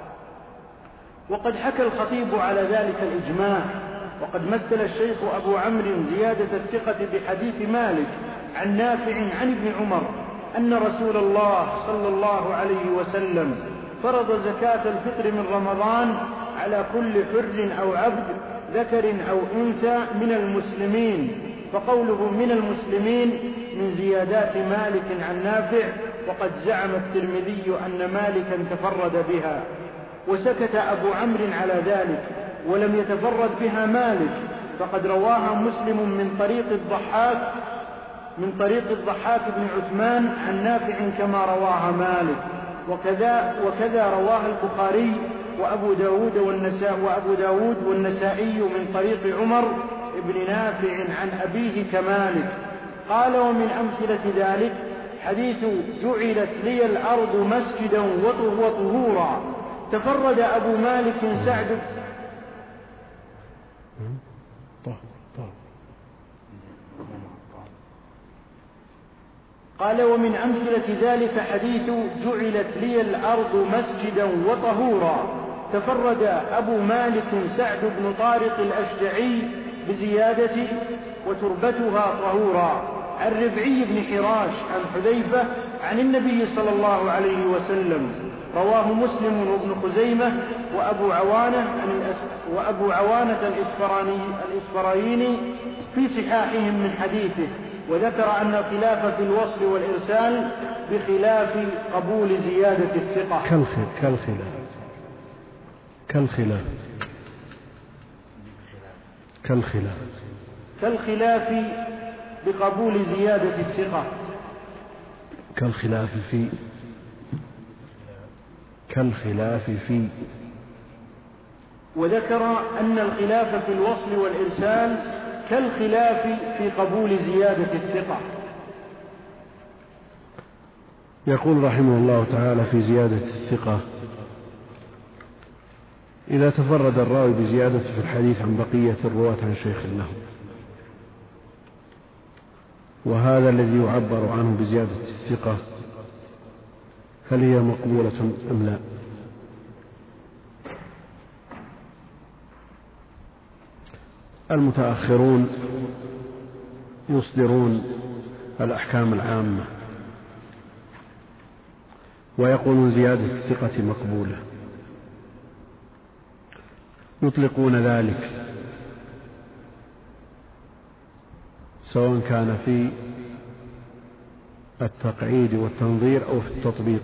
وقد حكى الخطيب على ذلك الإجماع، وقد مثل الشيخ أبو عمرو زيادة الثقة بحديث مالك عن نافع عن ابن عمر أن رسول الله صلى الله عليه وسلم فرض زكاة الفطر من رمضان على كل حر أو عبد ذكر أو أنثى من المسلمين، فقوله من المسلمين من زيادات مالك عن نافع، وقد زعم الترمذي أن مالكا تفرد بها، وسكت أبو عمرو على ذلك ولم يتفرد بها مالك، فقد رواها مسلم من طريق الضحاك من طريق الضحاك بن عثمان عن نافع كما رواها مالك، وكذا, وكذا رواها البخاري وأبو داود والنساء وأبو داود والنسائي من طريق عمر ابن نافع عن أبيه كمالك. قال ومن أمثلة ذلك حديث جعلت لي الأرض مسجدا وطهورا، تفرد أبو مالك سعد قال ومن أمثلة ذلك حديث جعلت لي الأرض مسجدا وطهورا، تفرد أبو مالك سعد بن طارق الأشجعي بزيادة وتربتها طهورا عن ربعي بن حراش عن حذيفة عن النبي صلى الله عليه وسلم، رواه مسلم وابن خزيمة وأبو عوانة وأبو عوانة الإسفراني الإسفرايني في صحاحهم من حديثه، وذكر أن الخلاف في الوصل والإرسال بخلاف قبول زيادة الثقة. كالخلاف كالخلاف كالخلاف كالخلاف بقبول زيادة الثقة كالخلاف في كالخلاف في وذكر أن الخلاف في الوصل والإرسال كالخلاف في قبول زيادة الثقة. يقول رحمه الله تعالى في زيادة الثقة: إذا تفرد الراوي بزيادة في الحديث عن بقية الرواة عن شيخ له، وهذا الذي يعبر عنه بزيادة الثقة، هل هي مقبولة أم لا؟ المتأخرون يصدرون الأحكام العامة ويقولون زيادة الثقة مقبولة، يطلقون ذلك سواء كان في التقعيد والتنظير أو في التطبيق.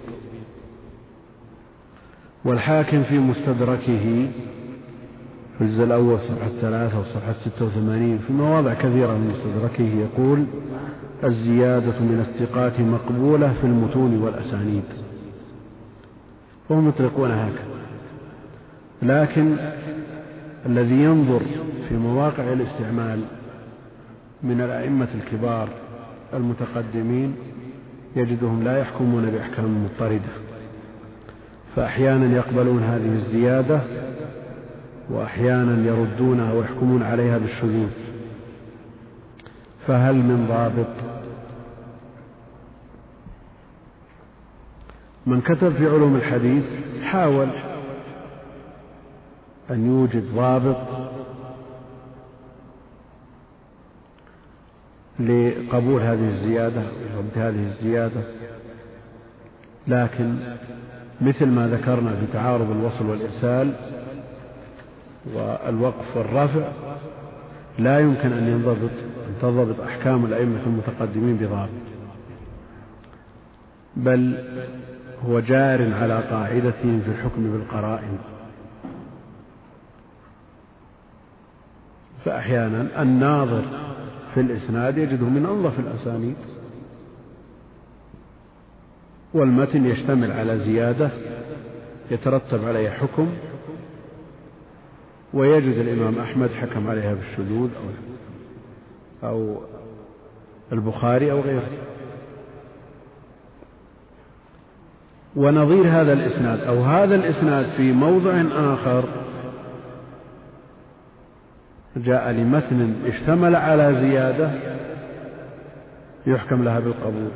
والحاكم في مستدركه في الجزء الأول صفحة ثلاثة وصفحة ستة وثمانين في مواضع كثيرة من مستدركه يقول: الزيادة من الثقات مقبولة في المتون والأسانيد، وهم يطلقون هكذا. لكن الذي ينظر في مواقع الاستعمال من الأئمة الكبار المتقدمين يجدهم لا يحكمون بأحكام مضطردة، فأحيانا يقبلون هذه الزيادة وأحيانا يردونها ويحكمون عليها بالشذوذ. فهل من ضابط؟ من كتب في علوم الحديث حاول أن يوجد ضابط لقبول هذه الزيادة ورد هذه الزيادة، لكن مثل ما ذكرنا في تعارض الوصل والإرسال والوقف والرفع لا يمكن أن ينضبط أن تضبط أحكام الأئمة المتقدمين بضابط، بل هو جار على قاعدتهم في الحكم بالقرائن. فأحيانا الناظر في الإسناد يجده من أنظف الأسانيد، والمتن يشتمل على زيادة يترتب عليها حكم، ويجد الإمام أحمد حكم عليها بالشذوذ أو أو البخاري أو غيره. ونظير هذا الإسناد أو هذا الإسناد في موضع آخر جاء لمتن اشتمل على زيادة يحكم لها بالقبول.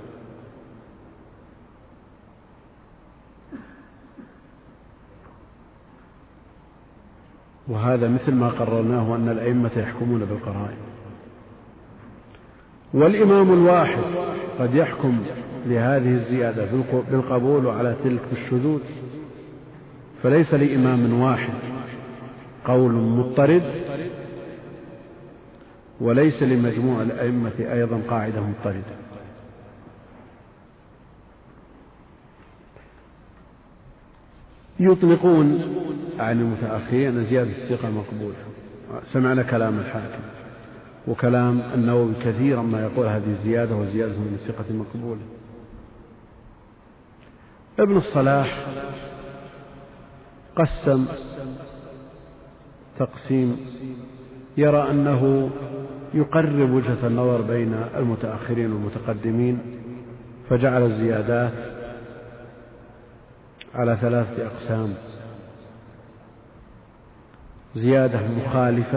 وهذا مثل ما قررناه أن الأئمة يحكمون بالقرائن. والإمام الواحد قد يحكم لهذه الزيادة بالقبول وعلى تلك بالشذوذ، فليس لإمام واحد قول مضطرد، وليس لمجموع الأئمة أيضا قاعدة مضطردة. يطلقون عن المتأخرين أن زيادة الثقة مقبولة. سمعنا كلام الحاكم وكلام النووي كثيرا ما يقول هذه الزيادة وزيادة من الثقة مقبولة. ابن الصلاح قسم تقسيم يرى أنه يقرب وجهة النظر بين المتأخرين والمتقدمين، فجعل الزيادات على ثلاثة أقسام: زيادة مخالفة،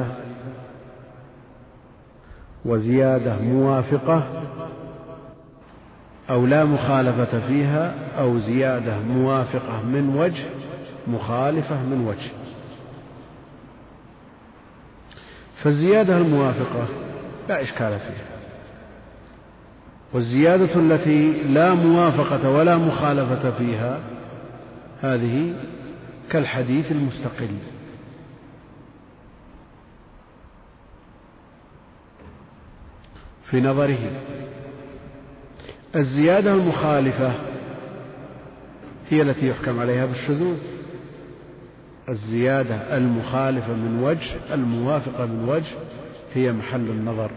وزيادة موافقة أو لا مخالفة فيها، أو زيادة موافقة من وجه مخالفة من وجه. فالزيادة الموافقة لا إشكال فيها، والزيادة التي لا موافقة ولا مخالفة فيها هذه كالحديث المستقل. في نظره الزيادة المخالفة هي التي يحكم عليها بالشذوذ، الزيادة المخالفة من وجه الموافقة من وجه هي محل النظر.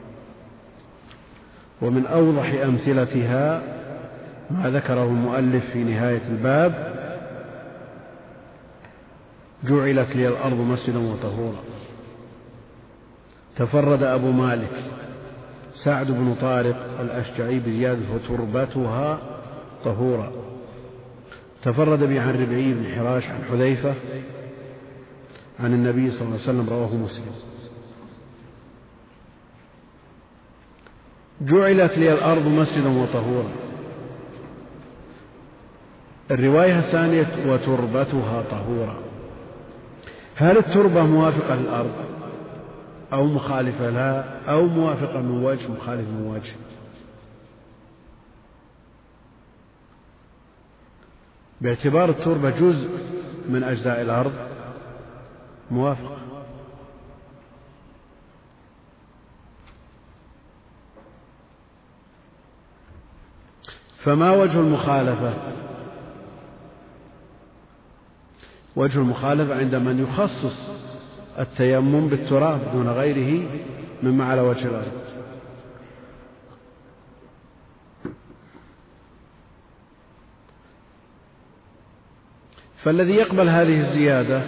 ومن أوضح أمثلتها ما ذكره المؤلف في نهاية الباب: جعلت لي الأرض مسجدا وطهورا. تفرد أبو مالك سعد بن طارق الأشجعي بزيادة وتربتها طهورا. تفرد به عن ربعي بن حراش عن حذيفة عن النبي صلى الله عليه وسلم، رواه مسلم. جعلت لي الأرض مسجدا وطهورا. الرواية الثانية وتربتها طهورا. هل التربة موافقة للأرض أو مخالفة لها، أو موافقة من وجه مخالفة من وجه؟ باعتبار التربة جزء من أجزاء الأرض موافقة. فما وجه المخالفة؟ وجه المخالفة عند من يخصص التيمم بالتراب دون غيره مما على وجه الأرض. فالذي يقبل هذه الزيادة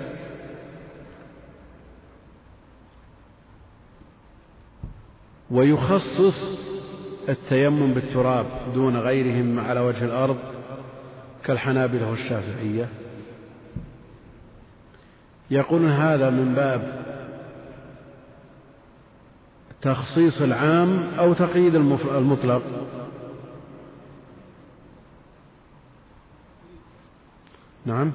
ويخصص التيمم بالتراب دون غيرهم على وجه الأرض كالحنابلة والشافعية يقولون هذا من باب تخصيص العام أو تقييد المطلق. نعم،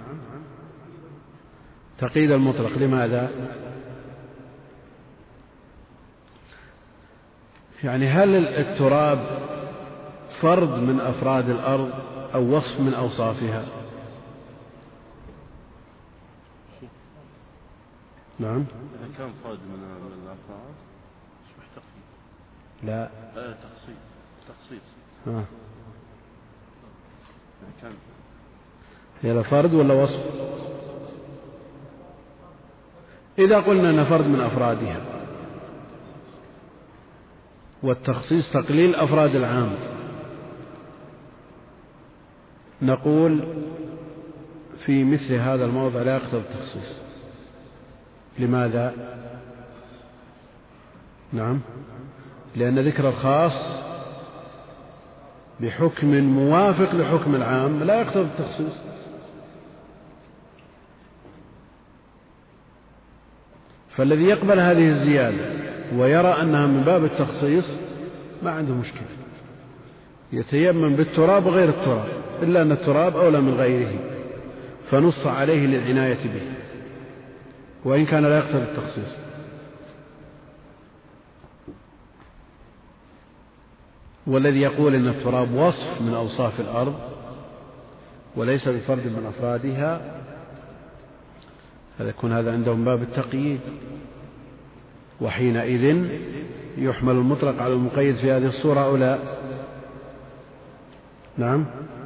تقييد المطلق. لماذا؟ يعني هل التراب فرد من أفراد الأرض أو وصف من أوصافها؟ نعم. إذا كان فرد من من الأفراد مش محتاج. لا. لا تخصيص. تخصيص. ها. كان. هي لا فرد ولا وصف؟ إذا قلنا أن فرد من أفرادها، والتخصيص تقليل أفراد العام، نقول في مثل هذا الموضع لا يقتضي التخصيص. لماذا؟ نعم، لأن ذكر الخاص بحكم موافق لحكم العام لا يقتضي التخصيص. فالذي يقبل هذه الزيادة ويرى أنها من باب التخصيص ما عنده مشكلة، يتيمم بالتراب وغير التراب، إلا أن التراب أولى من غيره فنص عليه للعناية به، وإن كان لا يقتضي التخصيص. والذي يقول إن التراب وصف من أوصاف الأرض وليس بفرد من أفرادها، هذا يكون هذا عندهم باب التقييد، وحينئذ يحمل المطلق على المقيد في هذه الصورة أو لا؟ نعم.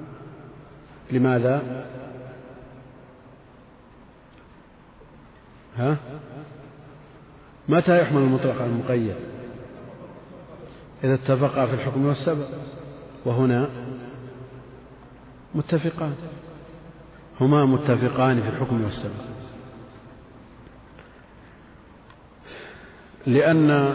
لماذا؟ ها؟ متى يحمل المطلق على المقيد؟ إذا اتفقا في الحكم والسبب، وهنا متفقان، هما متفقان في الحكم والسبب، لأن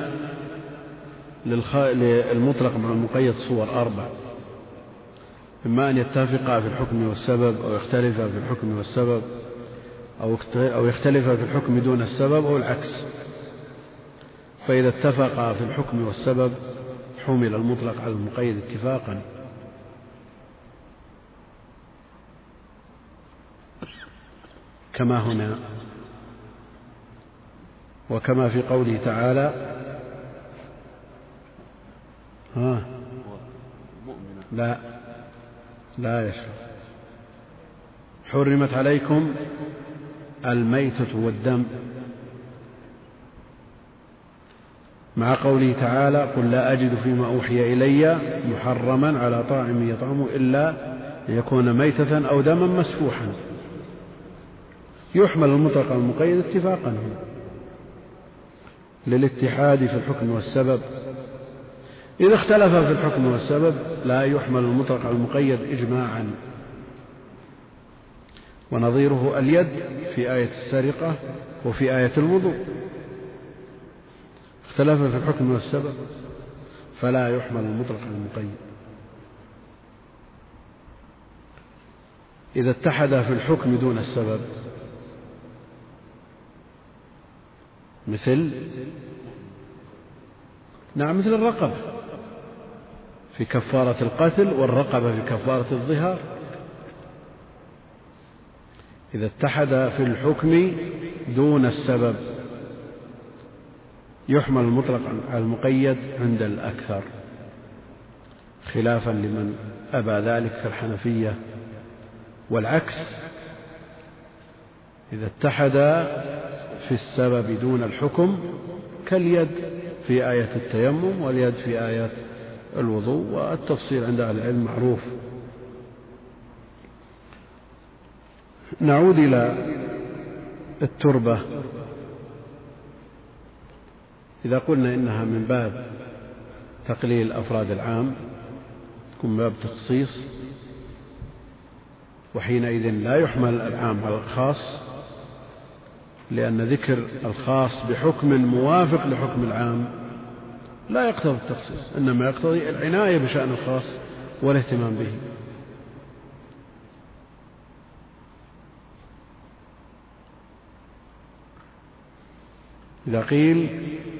للمطلق مع المقيد صور أربع: إما أن يتفقا في الحكم والسبب، أو يختلفا في الحكم والسبب، أو يختلفا في الحكم دون السبب، أو العكس. فإذا اتفقا في الحكم والسبب حمل المطلق على المقيد اتفاقا، كما هنا، وكما في قوله تعالى: ها لا لا يشرب، حرمت عليكم الميتة والدم، مع قوله تعالى: قل لا أجد فيما أوحي إلي محرما على طاعم يطعمه إلا أن يكون ميتة أو دما مسفوحا. يحمل المطلق على المقيد اتفاقا هنا للاتحاد في الحكم والسبب. إذا اختلف في الحكم والسبب لا يحمل المطلق على المقيد إجماعا، ونظيره اليد في آية السرقة وفي آية الوضوء، اختلف في الحكم والسبب فلا يحمل المطلق على المقيد. إذا اتحد في الحكم دون السبب، مثل نعم مثل الرقبة في كفارة القتل، والرقبة في كفارة الظهار، إذا اتحد في الحكم دون السبب يحمل المطلق على المقيد عند الأكثر، خلافا لمن أبى ذلك في الحنفية. والعكس، إذا اتحد في السبب دون الحكم، كاليد في آية التيمم واليد في آية الوضوء، والتفصيل عند أهل العلم معروف. نعود إلى التربة. إذا قلنا إنها من باب تقليل أفراد العام تكون من باب تخصيص، وحينئذ لا يحمل العام على الخاص، لأن ذكر الخاص بحكم موافق لحكم العام لا يقتضي التخصيص، إنما يقتضي العناية بشأن الخاص والاهتمام به. إذا قيل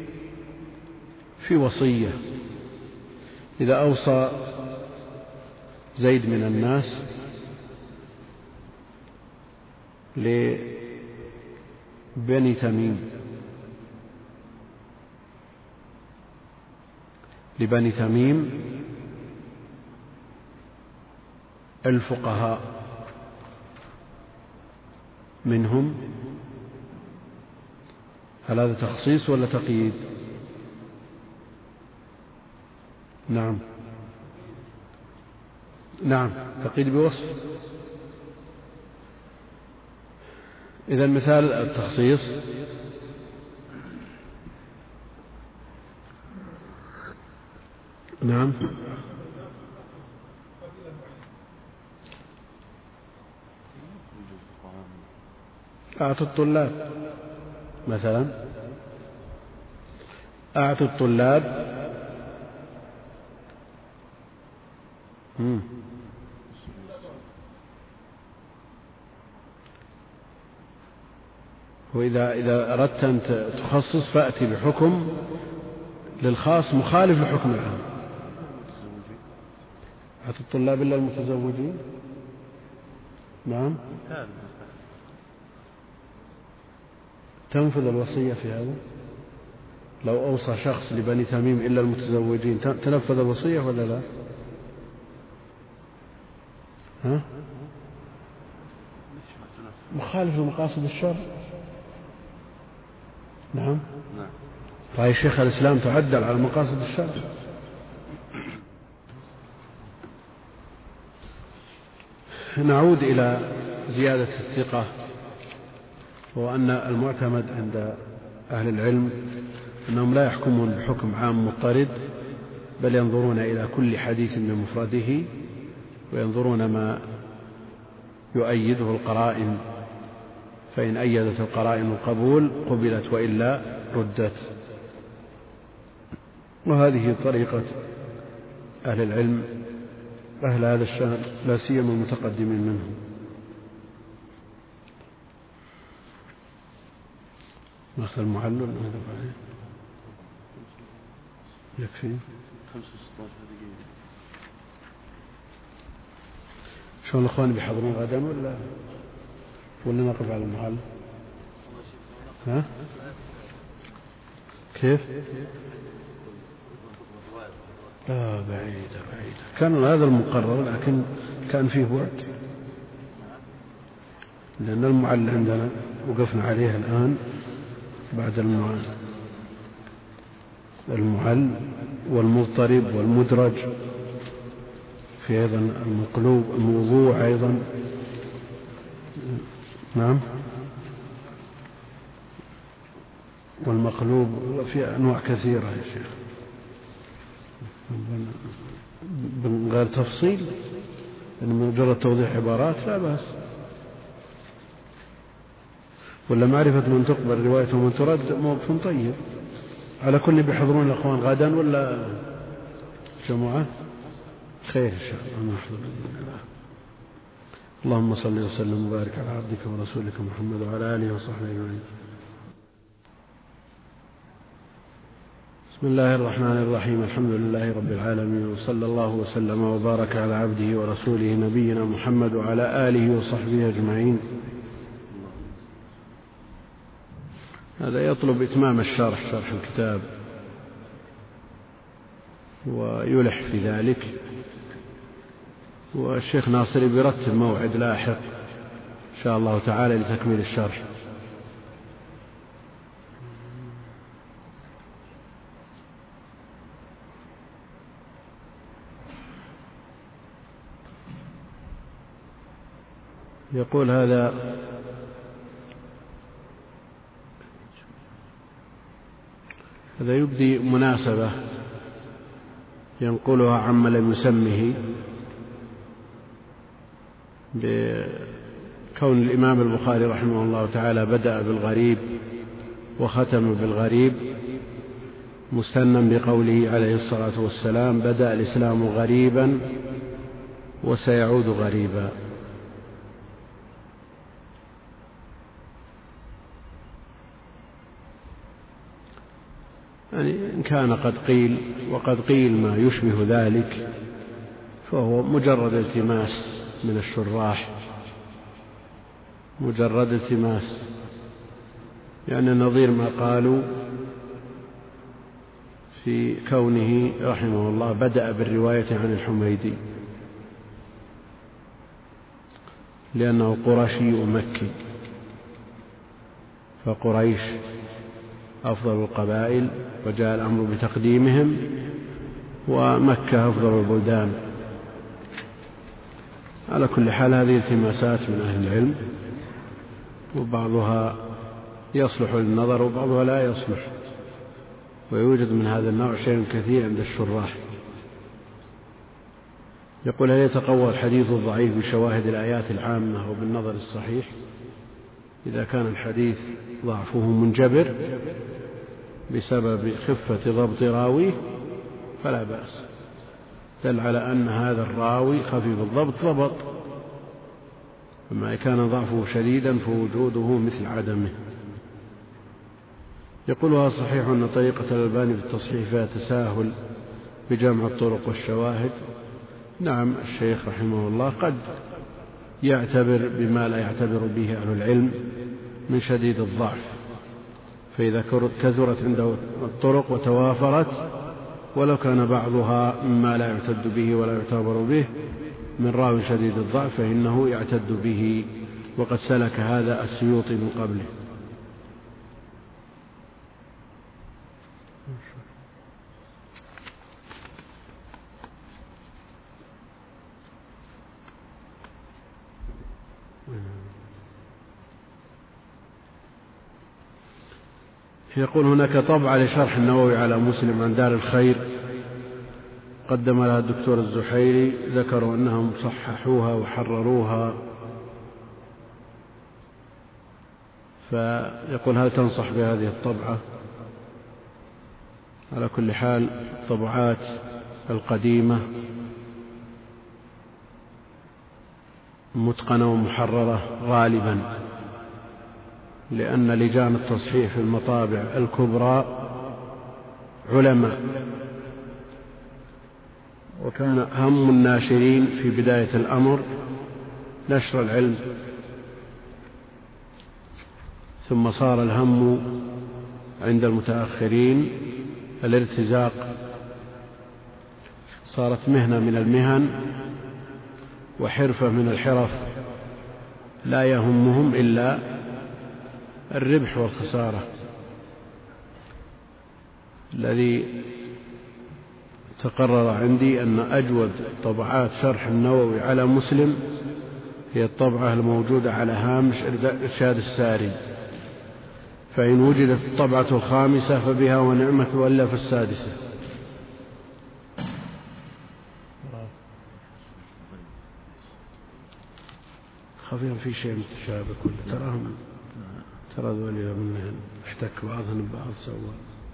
في وصية: إذا أوصى زيد من الناس لبني تميم لبني تميم الفقهاء منهم، هل هذا تخصيص ولا تقييد؟ نعم نعم تقييد بوصف. إذا مثال التخصيص نعم أعطوا الطلاب مثلا، أعطوا الطلاب مم. وإذا إذا أردت أن تخصص فأتي بحكم للخاص مخالف لحكم العام. أعطوا الطلاب إلا المتزوجين. نعم تنفذ الوصية في هذا. لو أوصى شخص لبني تميم إلا المتزوجين تنفذ الوصية ولا لا؟ ها؟ مخالف لمقاصد الشرع. نعم رأي شيخ الإسلام تعدل على مقاصد الشرع. نعود إلى زيادة الثقة، وأن المعتمد عند أهل العلم أنهم لا يحكمون بحكم عام مضطرد، بل ينظرون إلى كل حديث بمفرده وينظرون ما يؤيده القرائن، فإن أيدت القرائن القبول قبلت وإلا ردت. وهذه طريقة أهل العلم أهل هذا الشأن، لا سيما المتقدمين منهم. مثل المعلل ماذا عليه يكفي شلون الأخوان بيحضرون غدا ولا ولا نقف على المعلل؟ ها كيف؟ لا بعيدة بعيدة، كان هذا المقرر لكن كان فيه بعد، لأن المعلل عندنا وقفنا عليها الآن بعد المعل المعل والمضطرب والمدرج، في أيضا المقلوب الموضوع أيضا. نعم والمقلوب في أنواع كثيرة يا شيخ من غير تفصيل، يعني مجرد توضيح عبارات لا بأس، ولا معرفة من تقبل رواية ومن ترد موقف طيب. على كل بيحضرون الأخوان غدا ولا جمعة؟ خير إن شاء الله نحضر بإذن الله. اللهم صل وسلم وبارك على عبدك ورسولك محمد وعلى آله وصحبه أجمعين. بسم الله الرحمن الرحيم. الحمد لله رب العالمين، وصلى الله وسلم وبارك على عبده ورسوله نبينا محمد وعلى آله وصحبه أجمعين. هذا يطلب إتمام الشرح، شرح الكتاب، ويلح في ذلك، والشيخ ناصر بيرتب موعد لاحق إن شاء الله تعالى لتكميل الشرح. يقول هذا هذا يبدي مناسبة ينقلها عما لم يسمه بكون الإمام البخاري رحمه الله تعالى بدأ بالغريب وختم بالغريب، مستنًا بقوله عليه الصلاة والسلام: بدأ الإسلام غريبا وسيعود غريبا. يعني إن كان قد قيل وقد قيل ما يشبه ذلك فهو مجرد التماس من الشراح، مجرد التماس، يعني نظير ما قالوا في كونه رحمه الله بدأ بالرواية عن الحميدي، لأنه قرشي ومكي، فقريش أفضل القبائل وجاء الأمر بتقديمهم، ومكة أفضل البلدان. على كل حال هذه التماسات من أهل العلم، وبعضها يصلح للنظر وبعضها لا يصلح، ويوجد من هذا النوع شيء كثير عند الشراح. يقول: هل يتقوى الحديث الضعيف بشواهد الآيات العامة وبالنظر الصحيح؟ إذا كان الحديث ضعفه منجبر بسبب خفة ضبط راويه فلا بأس، دل على أن هذا الراوي خفيف الضبط ضبط، فما كان ضعفه شديدا فوجوده مثل عدمه. يقولها صحيح أن طريقة الألباني في التصحيح فيها تساهل بجمع الطرق والشواهد. نعم، الشيخ رحمه الله قد يعتبر بما لا يعتبر به أهل العلم من شديد الضعف، فإذا كثرت عنده الطرق وتوافرت ولو كان بعضها مما لا يعتد به ولا يعتبر به من راوي شديد الضعف فإنه يعتد به، وقد سلك هذا السيوطي من قبله. يقول: هناك طبعة لشرح النووي على مسلم عن دار الخير قدم لها الدكتور الزحيري، ذكروا أنهم صححوها وحرروها، فيقول: هل تنصح بهذه الطبعة؟ على كل حال الطبعات القديمة متقنة ومحررة غالبا، لأن لجان التصحيح في المطابع الكبرى علماء، وكان هم الناشرين في بداية الأمر نشر العلم، ثم صار الهم عند المتأخرين الارتزاق، صارت مهنة من المهن وحرفة من الحرف، لا يهمهم إلا الربح والخسارة. الذي تقرر عندي أن أجود طبعات شرح النووي على مسلم هي الطبعة الموجودة على هامش إرشاد الساري، فإن وجدت الطبعة الخامسة فبها ونعمة، وإلا في السادسة. خفيا في شيء متشابه كله، تراهم ترى ذولي منهم احتك بعضهم ببعض سوا.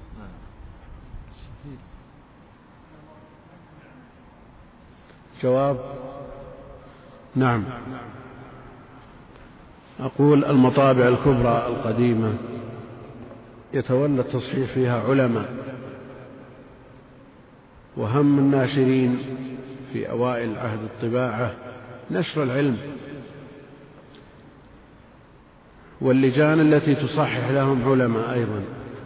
جواب: نعم. أقول: المطابع الكبرى القديمة يتولى التصحيح فيها علماء، وهم الناشرين في أوائل عهد الطباعة نشر العلم، واللجان التي تصحح لهم علماء أيضا.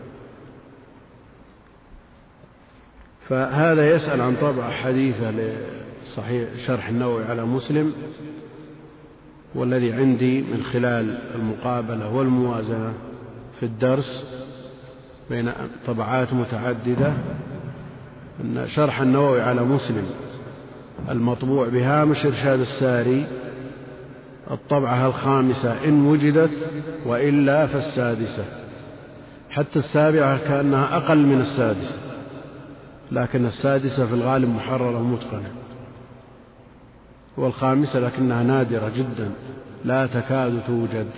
فهذا يسأل عن طبعة حديثة لصحيح شرح النووي على مسلم، والذي عندي من خلال المقابلة والموازنة في الدرس بين طبعات متعددة أن شرح النووي على مسلم المطبوع بهامش إرشاد الساري الطبعة الخامسة إن وجدت، وإلا فالسادسة، حتى السابعة كأنها أقل من السادسة، لكن السادسة في الغالب محررة ومتقنة، والخامسة لكنها نادرة جدا لا تكاد توجد.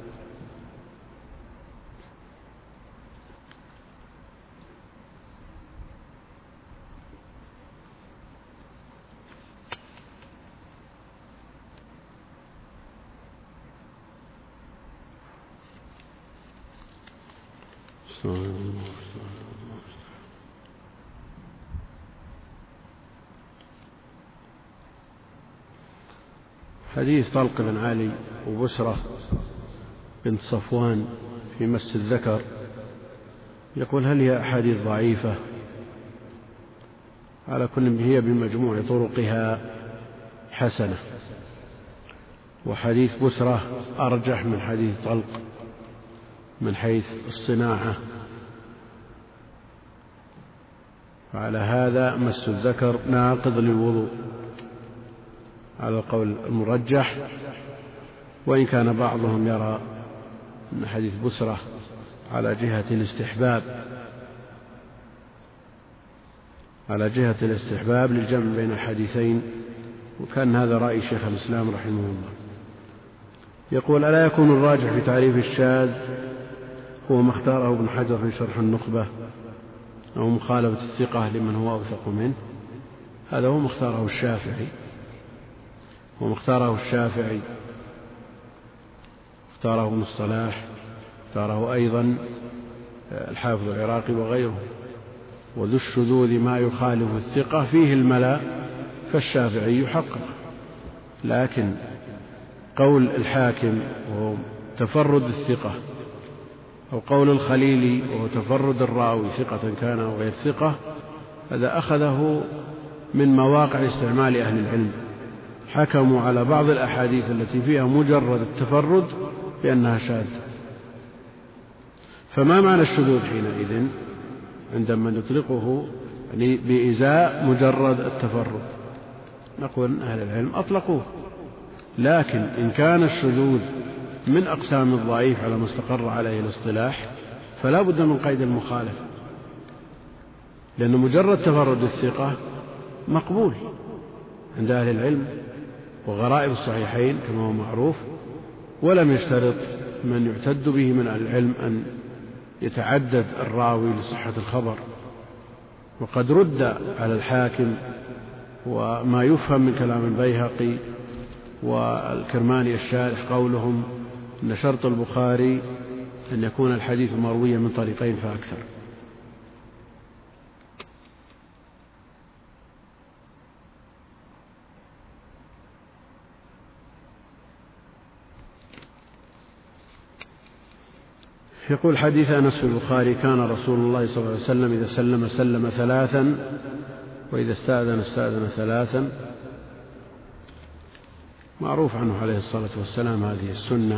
حديث طلق بن علي وبسرة بنت صفوان في مس الذكر، يقول: هل هي أحاديث ضعيفة على كل هي بمجموع طرقها حسنة. وحديث بسرة أرجح من حديث طلق من حيث الصناعة، وعلى هذا مس الذكر ناقض للوضوء على القول المرجح، وإن كان بعضهم يرى أن حديث بسرة على جهة الاستحباب على جهة الاستحباب للجمع بين الحديثين، وكان هذا رأي شيخ الإسلام رحمه الله. يقول: ألا يكون الراجح في تعريف الشاذ هو ما اختاره ابن حجر في شرح النخبة أو مخالفة الثقة لمن هو أوثق منه؟ هذا هو مختاره الشافعي ومختاره الشافعي اختاره ابن الصلاح، اختاره أيضا الحافظ العراقي وغيره. وذو الشذوذ ما يخالف الثقة فيه الملا، فالشافعي يحقق. لكن قول الحاكم وهو تفرد الثقة، أو قول الخليلي وهو تفرد الراوي ثقة كان أو غير ثقة، هذا أخذه من مواقع استعمال أهل العلم، حكموا على بعض الأحاديث التي فيها مجرد التفرد بأنها شاذة. فما معنى الشذوذ حينئذ عندما نطلقه يعني بإزاء مجرد التفرد؟ نقول أهل العلم أطلقوه، لكن إن كان الشذوذ من أقسام الضعيف على ما استقر عليه الاصطلاح فلا بد من قيد المخالف، لأن مجرد تفرد الثقة مقبول عند أهل العلم وغرائب الصحيحين كما هو معروف، ولم يشترط من يعتد به من أهل العلم أن يتعدد الراوي لصحة الخبر. وقد رد على الحاكم وما يفهم من كلام البيهقي والكرماني الشارح قولهم أن شرط البخاري أن يكون الحديث مرويا من طريقين فأكثر. يقول: حديث أنس في البخاري: كان رسول الله صلى الله عليه وسلم إذا سلم سلم ثلاثا، وإذا استأذن استأذن ثلاثا. معروف عنه عليه الصلاة والسلام هذه السنة،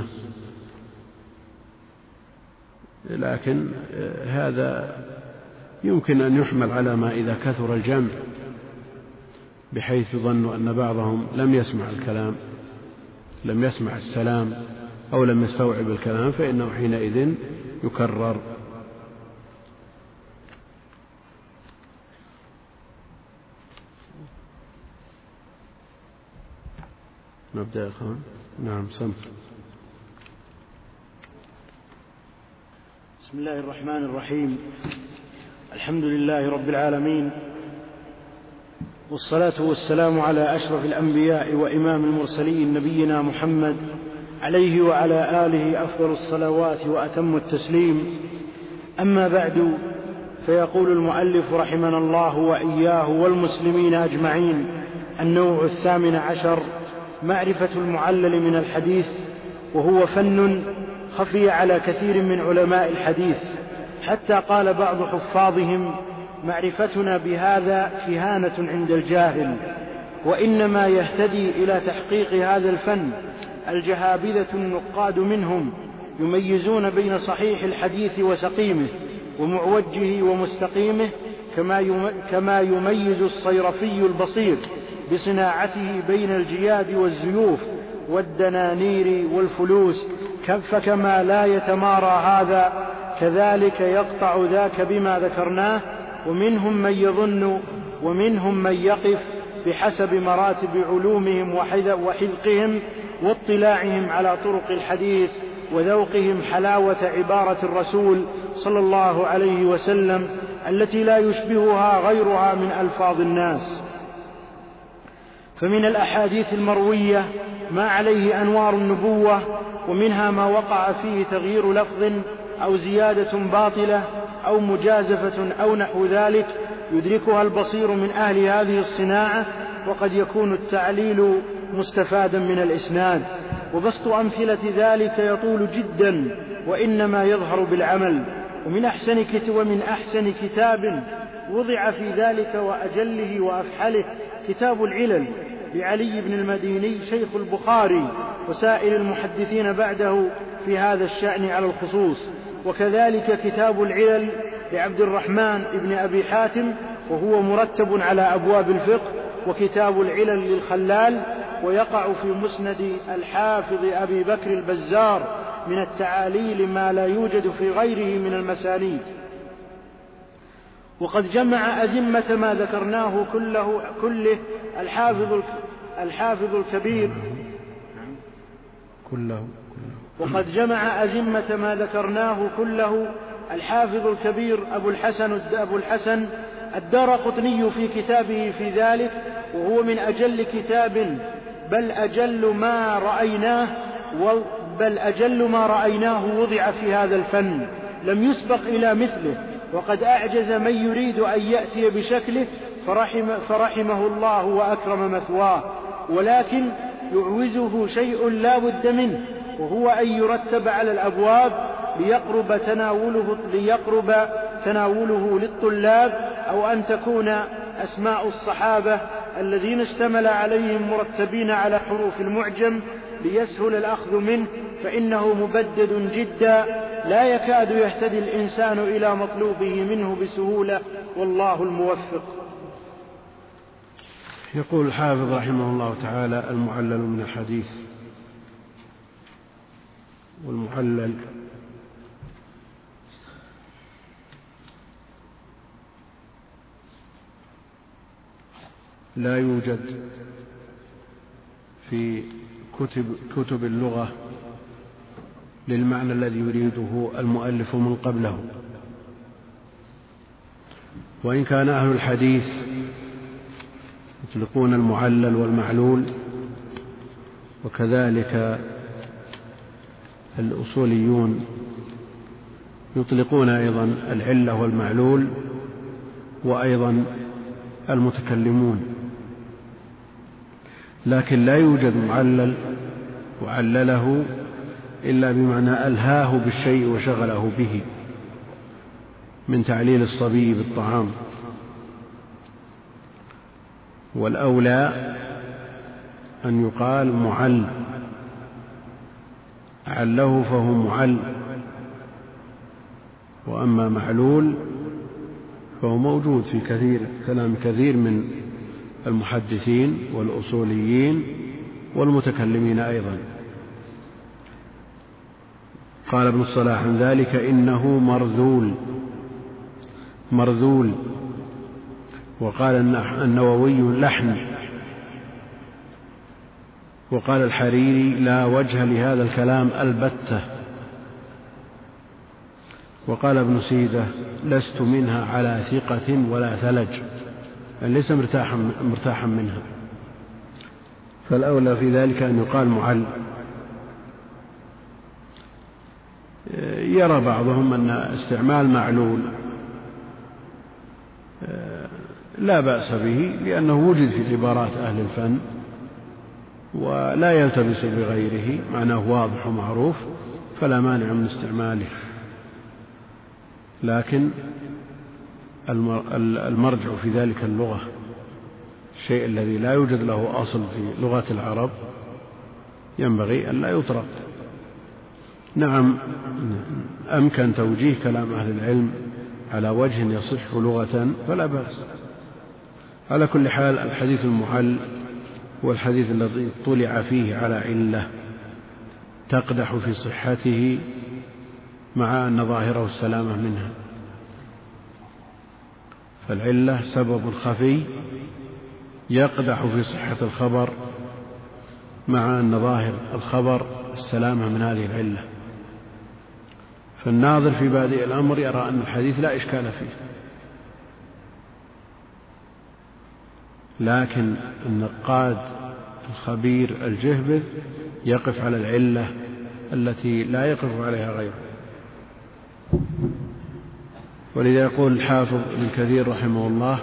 لكن هذا يمكن أن يحمل على ما إذا كثر الجمع بحيث يظن أن بعضهم لم يسمع الكلام، لم يسمع السلام أو لم يستوعب الكلام، فإنه حينئذ يكرر. نبدأ يا أخوان. نعم سم. بسم الله الرحمن الرحيم. الحمد لله رب العالمين، والصلاة والسلام على أشرف الأنبياء وإمام المرسلين نبينا محمد عليه وعلى آله أفضل الصلوات وأتم التسليم. أما بعد، فيقول المؤلف رحمنا الله وإياه والمسلمين أجمعين: النوع الثامن عشر: معرفة المعلل من الحديث، وهو فن خفي على كثير من علماء الحديث، حتى قال بعض حفاظهم: معرفتنا بهذا كهانة عند الجاهل. وإنما يهتدي إلى تحقيق هذا الفن الجهابذة النقاد منهم، يميزون بين صحيح الحديث وسقيمه ومعوجه ومستقيمه، كما يميز الصيرفي البصير بصناعته بين الجياد والزيوف والدنانير والفلوس. فكما لا يتمارى هذا كذلك يقطع ذاك بما ذكرناه. ومنهم من يظن ومنهم من يقف بحسب مراتب علومهم وحذقهم واطلاعهم على طرق الحديث وذوقهم حلاوة عبارة الرسول صلى الله عليه وسلم التي لا يشبهها غيرها من ألفاظ الناس. فمن الأحاديث المروية ما عليه أنوار النبوة، ومنها ما وقع فيه تغيير لفظ أو زيادة باطلة أو مجازفة أو نحو ذلك يدركها البصير من أهل هذه الصناعة، وقد يكون التعليل مستفادا من الإسناد. وبسط أمثلة ذلك يطول جدا، وإنما يظهر بالعمل. ومن أحسن كتاب, ومن أحسن كتاب وضع في ذلك وأجله وأفحله كتاب العلل لعلي بن المديني شيخ البخاري وسائر المحدثين بعده في هذا الشأن على الخصوص، وكذلك كتاب العلل لعبد الرحمن بن أبي حاتم وهو مرتب على أبواب الفقه، وكتاب العلل للخلال، ويقع في مسند الحافظ أبي بكر البزار من التعاليل ما لا يوجد في غيره من المسانيد. وقد جمع أزمة ما ذكرناه كله, كله الحافظ, الحافظ الكبير كله وقد جمع أزمة ما ذكرناه كله الحافظ الكبير أبو الحسن, أبو الحسن الدارقطني في كتابه في ذلك، وهو من أجل كتاب بل أجل ما رأيناه بل أجل ما رأيناه وضع في هذا الفن، لم يسبق إلى مثله، وقد أعجز من يريد أن يأتي بشكله فرحم فرحمه الله وأكرم مثواه، ولكن يعوزه شيء لا بد منه، وهو أن يرتب على الأبواب ليقرب تناوله, ليقرب تناوله للطلاب، أو أن تكون أسماء الصحابة الذين اشتمل عليهم مرتبين على حروف المعجم ليسهل الأخذ منه، فإنه مبدد جدا لا يكاد يهتدي الإنسان إلى مطلوبه منه بسهولة، والله الموفق. يقول الحافظ رحمه الله تعالى: المعلل من الحديث. والمعلل لا يوجد في كتب, كتب اللغة للمعنى الذي يريده المؤلف من قبله، وإن كان أهل الحديث يطلقون المعلل والمعلول، وكذلك الأصوليون يطلقون أيضا العلة والمعلول، وأيضا المتكلمون، لكن لا يوجد معلل وعلله إلا بمعنى ألهاه بالشيء وشغله به، من تعليل الصبي بالطعام. والأولى أن يقال معل، عله فهو معل، وأما معلول فهو موجود في كثير كلام كثير من المحدثين والأصوليين والمتكلمين أيضا. قال ابن الصلاح عن ذلك: إنه مرذول مرذول. وقال النووي: لحن. وقال الحريري: لا وجه لهذا الكلام البتة. وقال ابن سيدة: لست منها على ثقة ولا ثلج، يعني ليس مرتاحا, مرتاحا منها. فالأولى في ذلك أن يقال معل. يرى بعضهم أن استعمال معلول لا بأس به، لأنه وجد في عبارات أهل الفن ولا يلتبس بغيره، معناه واضح ومعروف، فلا مانع من استعماله. لكن المرجع في ذلك اللغة، الشيء الذي لا يوجد له أصل في لغة العرب ينبغي أن لا يطرق. نعم، أمكن توجيه كلام أهل العلم على وجه يصح لغة فلا بأس. على كل حال، الحديث المعل هو الحديث الذي طلع فيه على علة تقدح في صحته مع أن ظاهره السلامة منها. فالعلة سبب خفي يقدح في صحة الخبر مع أن ظاهر الخبر السلامة من هذه العلة. فالناظر في بادئ الأمر يرى أن الحديث لا إشكال فيه، لكن النقاد الخبير الجهبذ يقف على العلة التي لا يقف عليها غيره. ولذا يقول الحافظ ابن كثير رحمه الله: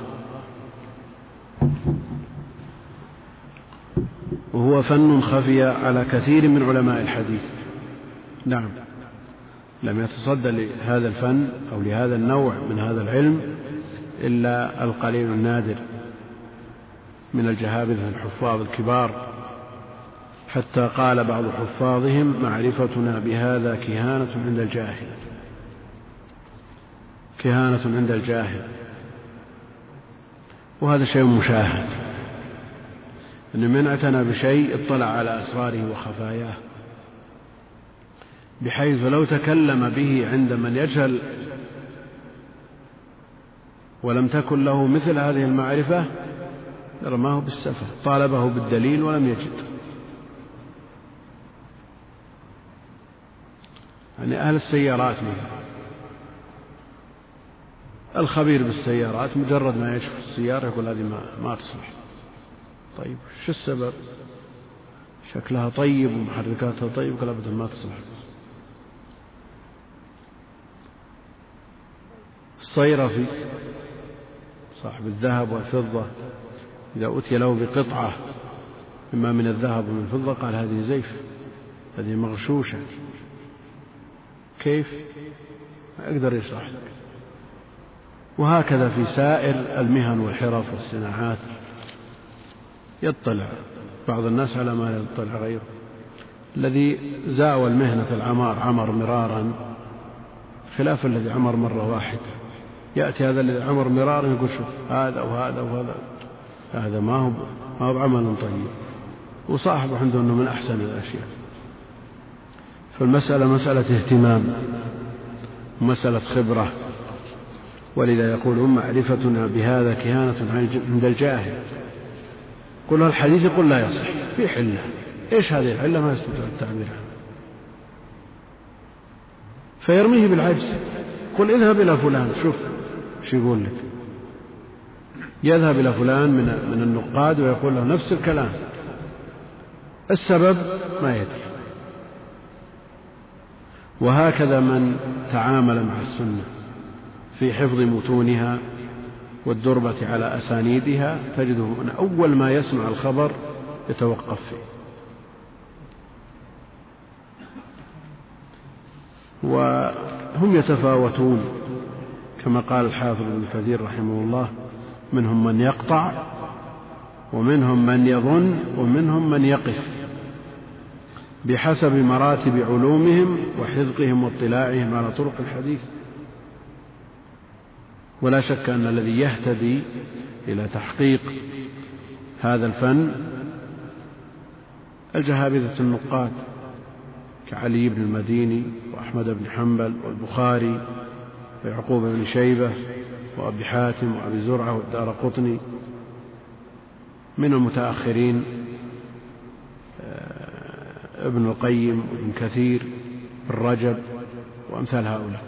وهو فن خفي على كثير من علماء الحديث. نعم، لم يتصدى لهذا الفن أو لهذا النوع من هذا العلم إلا القليل النادر من الجهابذة الحفاظ الكبار، حتى قال بعض حفاظهم: معرفتنا بهذا كهانة عند الجاهل، كهانة عند الجاهل. وهذا شيء مشاهد، أن من اعتنى بشيء اطلع على أسراره وخفاياه، بحيث لو تكلم به عند من يجهل ولم تكن له مثل هذه المعرفة رماه بالسفه، طالبه بالدليل ولم يجد. يعني أهل السيارات مثلا، الخبير بالسيارات مجرد ما يشوف السيارة يقول هذه ما, ما تصلح. طيب شو السبب؟ شكلها طيب ومحركاتها طيب، قال أبدا ما تصلح. الصيرفي صاحب الذهب والفضة إذا أتي له بقطعة إما من الذهب ومن الفضة قال هذه زيف، هذه مغشوشة. كيف؟ ما يقدر يشرح لك. وهكذا في سائر المهن والحرف والصناعات يطلع بعض الناس على ما لا يطلع غيره. الذي زاول مهنة العمار عمر مرارا خلاف الذي عمر مرة واحدة. يأتي هذا الذي عمر مرارا يقول شوف هذا وهذا وهذا، هذا ما هو ما هو بعمل طيب، وصاحبه عنده أنه من أحسن الأشياء. فالمسألة مسألة اهتمام ومسألة خبرة، ولذا يقولون معرفتنا بهذا كهانة عند الجاهل. قل له الحديث يقول لا يصح، في حلة. إيش هذه الحلة؟ ما يستطيع التعبير عنها، فيرميه بالعجز. قل اذهب إلى فلان شوف شو يقول لك. يذهب إلى فلان من من النقاد ويقول له نفس الكلام، السبب ما يدري. وهكذا من تعامل مع السنة في حفظ متونها والدربة على أسانيدها تجده أن أول ما يسمع الخبر يتوقف فيه. وهم يتفاوتون كما قال الحافظ ابن كثير رحمه الله: منهم من يقطع ومنهم من يظن ومنهم من يقف، بحسب مراتب علومهم وحذقهم واطلاعهم على طرق الحديث. ولا شك أن الذي يهتدي إلى تحقيق هذا الفن الجهابذة النقاد كعلي بن المديني وأحمد بن حنبل والبخاري ويعقوب بن شيبة وأبي حاتم وأبي زرعة والدارقطني. من المتأخرين ابن القيم وابن كثير الرجب وأمثال هؤلاء.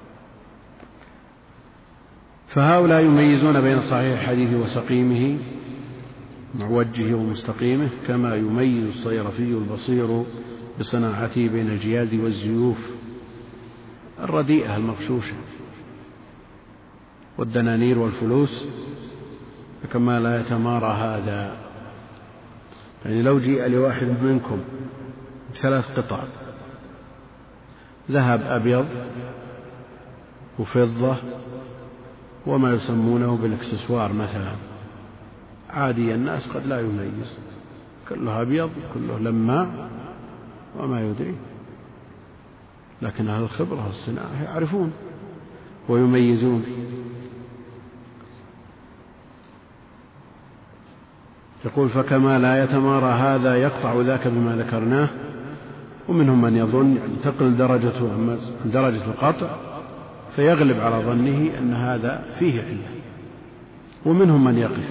فهؤلاء يميزون بين صحيح الحديث وسقيمه معوجه ومستقيمه، كما يميز الصيرفي البصير بصناعته بين الجياد والزيوف الرديئة المغشوشة والدنانير والفلوس، كما لا يتمارى هذا. يعني لو جيء لواحد منكم ثلاث قطع ذهب أبيض وفضة وما يسمونه بالاكسسوار مثلا، عادي الناس قد لا يميز، كله أبيض كله لماع وما يدري، لكن أهل الخبرة والصناعة يعرفون ويميزون. يقول: فكما لا يتمارى هذا يقطع ذاك بما ذكرناه. ومنهم من يظن يعني تقل درجته عن درجة القطع فيغلب على ظنه أن هذا فيه علة، ومنهم من يقف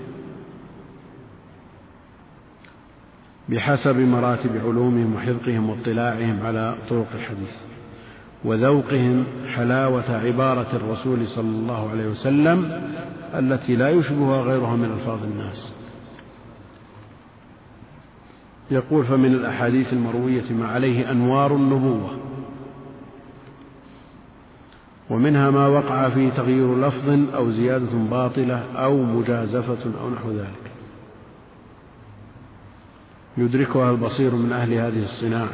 بحسب مراتب علومهم وحذقهم واطلاعهم على طرق الحديث وذوقهم حلاوة عبارة الرسول صلى الله عليه وسلم التي لا يشبهها غيرها من ألفاظ الناس. يقول: فمن الأحاديث المروية ما عليه أنوار النبوة، ومنها ما وقع فيه تغيير لفظ أو زيادة باطلة أو مجازفة أو نحو ذلك، يدركها البصير من أهل هذه الصناعة.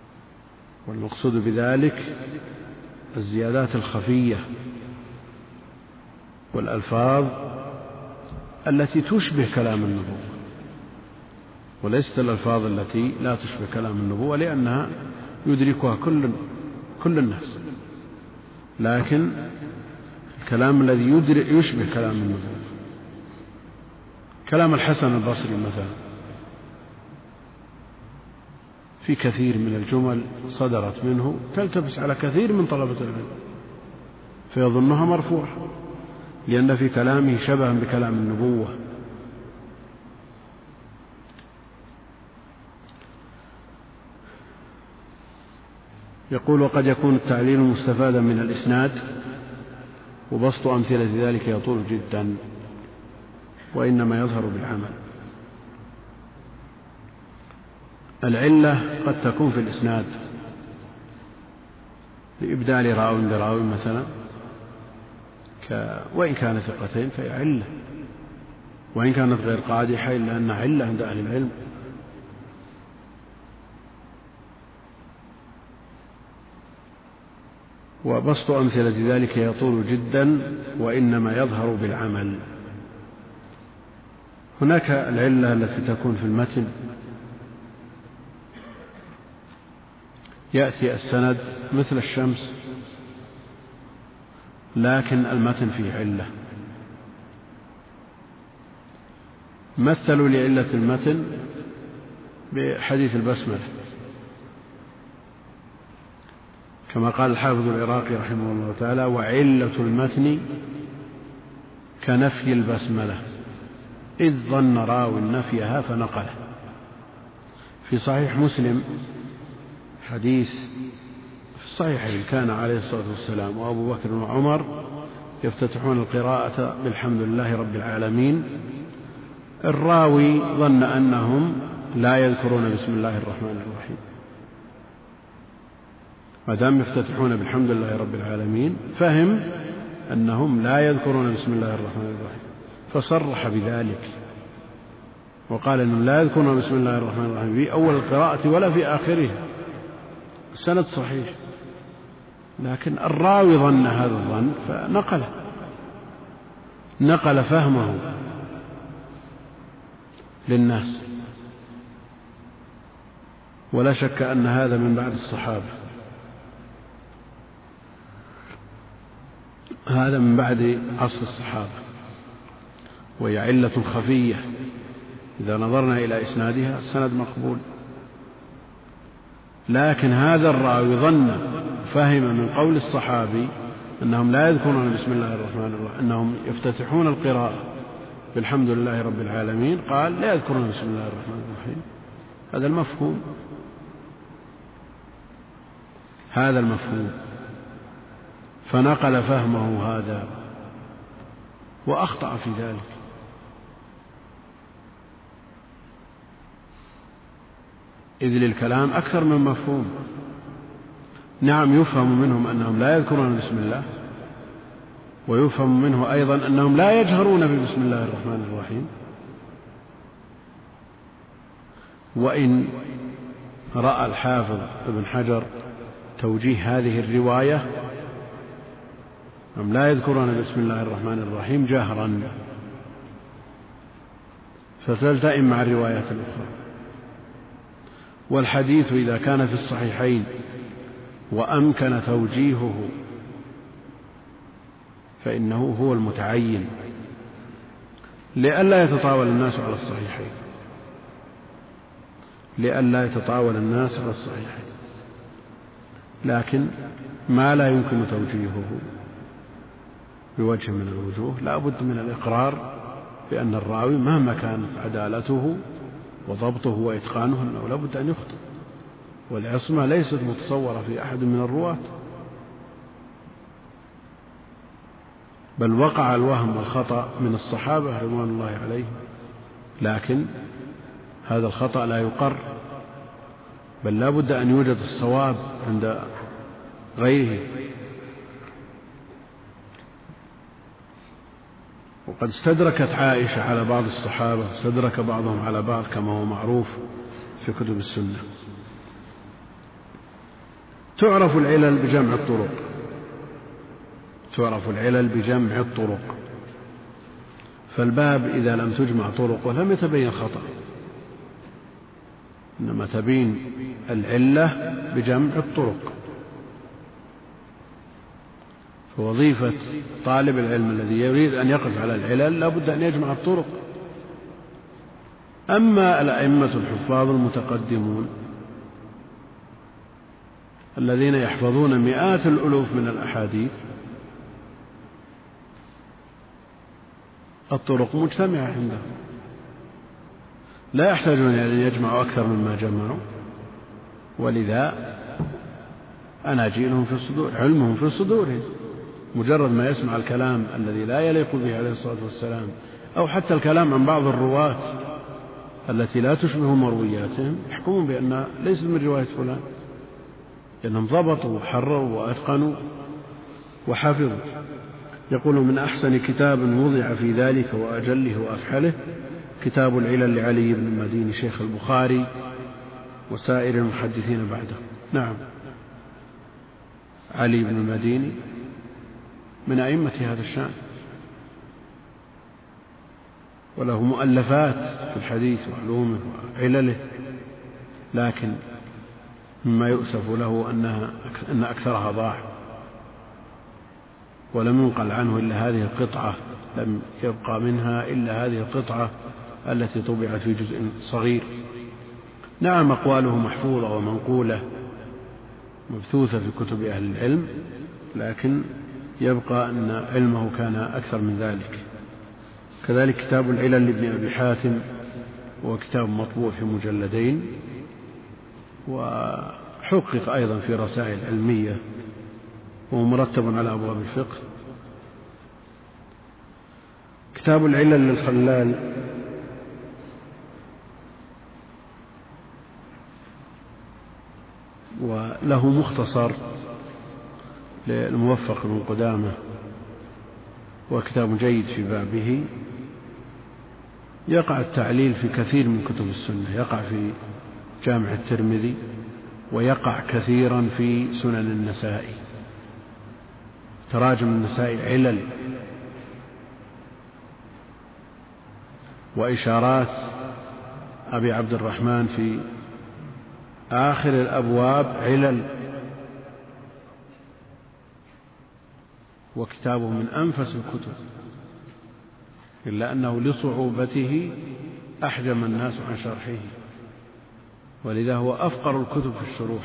والمقصود بذلك الزيادات الخفية والألفاظ التي تشبه كلام النبوة، وليست الألفاظ التي لا تشبه كلام النبوة لأنها يدركها كل كل الناس، لكن الكلام الذي يدرك يشبه كلام النبوة، كلام الحسن البصري مثلا في كثير من الجمل صدرت منه تلتبس على كثير من طلبة العلم فيظنها مرفوعة لأن في كلامه شبها بكلام النبوة. يقول: وقد يكون التعليل مستفادا من الإسناد، وبسط أمثلة ذلك يطول جدا، وإنما يظهر بالعمل. العلة قد تكون في الإسناد لإبدال راو براو مثلا، وإن كانت ثقتين فهي علة، وإن كانت غير قادحة إلا أنها علة عند أهل العلم. وبسط أمثلة ذلك يطول جدا، وإنما يظهر بالعمل. هناك العلة التي تكون في المتن، يأتي السند مثل الشمس لكن المتن فيه علة. مثلوا لعلة المتن بحديث البسملة، كما قال الحافظ العراقي رحمه الله تعالى: وعلة المتن كنفي البسملة إذ ظن راو نفيها فنقله. في صحيح مسلم حديث في الصحيحين كان عليه الصلاة والسلام وأبو بكر وعمر يفتتحون القراءة بالحمد لله رب العالمين، الراوي ظن أنهم لا يذكرون بسم الله الرحمن الرحيم، ما دام يفتتحون بالحمد لله رب العالمين فهم أنهم لا يذكرون بسم الله الرحمن الرحيم، فصرح بذلك وقال أنهم لا يذكرون بسم الله الرحمن الرحيم في أول القراءة ولا في آخرها. السند صحيح، لكن الراوي ظن هذا الظن فنقله نقل فهمه للناس، ولا شك أن هذا من بعد الصحابة، هذا من بعد عصر الصحابة، وهي علة خفية إذا نظرنا إلى إسنادها السند مقبول، لكن هذا الراوي ظن فهم من قول الصحابي أنهم لا يذكرون بسم الله الرحمن الرحيم، أنهم يفتتحون القراءة بالحمد لله رب العالمين، قال لا يذكرون بسم الله الرحمن الرحيم. هذا المفهوم هذا المفهوم فنقل فهمه هذا وأخطأ في ذلك. إذ للكلام أكثر من مفهوم. نعم يفهم منهم أنهم لا يذكرون بسم الله، ويفهم منه أيضا أنهم لا يجهرون ببسم الله الرحمن الرحيم، وإن رأى الحافظ ابن حجر توجيه هذه الرواية هم لا يذكرون بسم الله الرحمن الرحيم جهرا، فتلتئم مع الروايات الأخرى. والحديث إذا كان في الصحيحين وأمكن توجيهه فإنه هو المتعين لئلا يتطاول الناس على الصحيحين لئلا يتطاول الناس على الصحيحين لكن ما لا يمكن توجيهه بوجه من الوجوه لا بد من الإقرار بأن الراوي مهما كانت عدالته وضبطه وإتقانه أنه لا بد أن يخطئ، والعصمة ليست متصورة في أحد من الرواة، بل وقع الوهم والخطأ من الصحابة رضوان الله عليهم، لكن هذا الخطأ لا يقر، بل لا بد أن يوجد الصواب عند غيره. وقد استدركت عائشة على بعض الصحابة، استدرك بعضهم على بعض كما هو معروف في كتب السنة. تعرف العلل بجمع الطرق تعرف العلل بجمع الطرق فالباب إذا لم تجمع طرقه لم يتبين خطأ، إنما تبين العلة بجمع الطرق. فوظيفة طالب العلم الذي يريد أن يقف على العلل لا بد أن يجمع الطرق. أما الأئمة الحفاظ المتقدمون الذين يحفظون مئات الألوف من الأحاديث الطرق مجتمعة عندهم، لا يحتاجون أن يجمعوا أكثر مما جمعوا، ولذا أناجيلهم في الصدور، علمهم في صدورهم. مجرد ما يسمع الكلام الذي لا يليق به عليه الصلاة والسلام، أو حتى الكلام عن بعض الرواة التي لا تشبه مروياتهم، يحكمون بأنها ليست من رواية فلان، لأنهم ضبطوا وحرروا وأتقنوا وحفظوا. يقول: من أحسن كتاب وضع في ذلك وأجله وأفحله كتاب العلل لعلي بن المديني شيخ البخاري وسائر المحدثين بعده. نعم، علي بن المديني من أئمة هذا الشأن، وله مؤلفات في الحديث وعلومه وعلله، لكن مما يؤسف له أنها أن أكثرها ضاع، ولم ينقل عنه إلا هذه القطعة، لم يبقى منها إلا هذه القطعة التي طبعت في جزء صغير. نعم، أقواله محفوظة ومنقولة مبثوثة في كتب أهل العلم، لكن يبقى أن علمه كان أكثر من ذلك. كذلك كتاب العلل لابن أبي حاتم، وكتاب مطبوع في مجلدين، وحقق أيضا في رسائل علمية، وهو مرتب على أبواب الفقه. كتاب العلل للخلال وله مختصر للموفق بن قدامة، وكتاب جيد في بابه. يقع التعليل في كثير من كتب السنة، يقع في جامع الترمذي، ويقع كثيرا في سنن النسائي، تراجم النسائي علل، وإشارات أبي عبد الرحمن في آخر الأبواب علل. وكتابه من أنفس الكتب، إلا أنه لصعوبته أحجم الناس عن شرحه، ولذا هو أفقر الكتب في الشروح.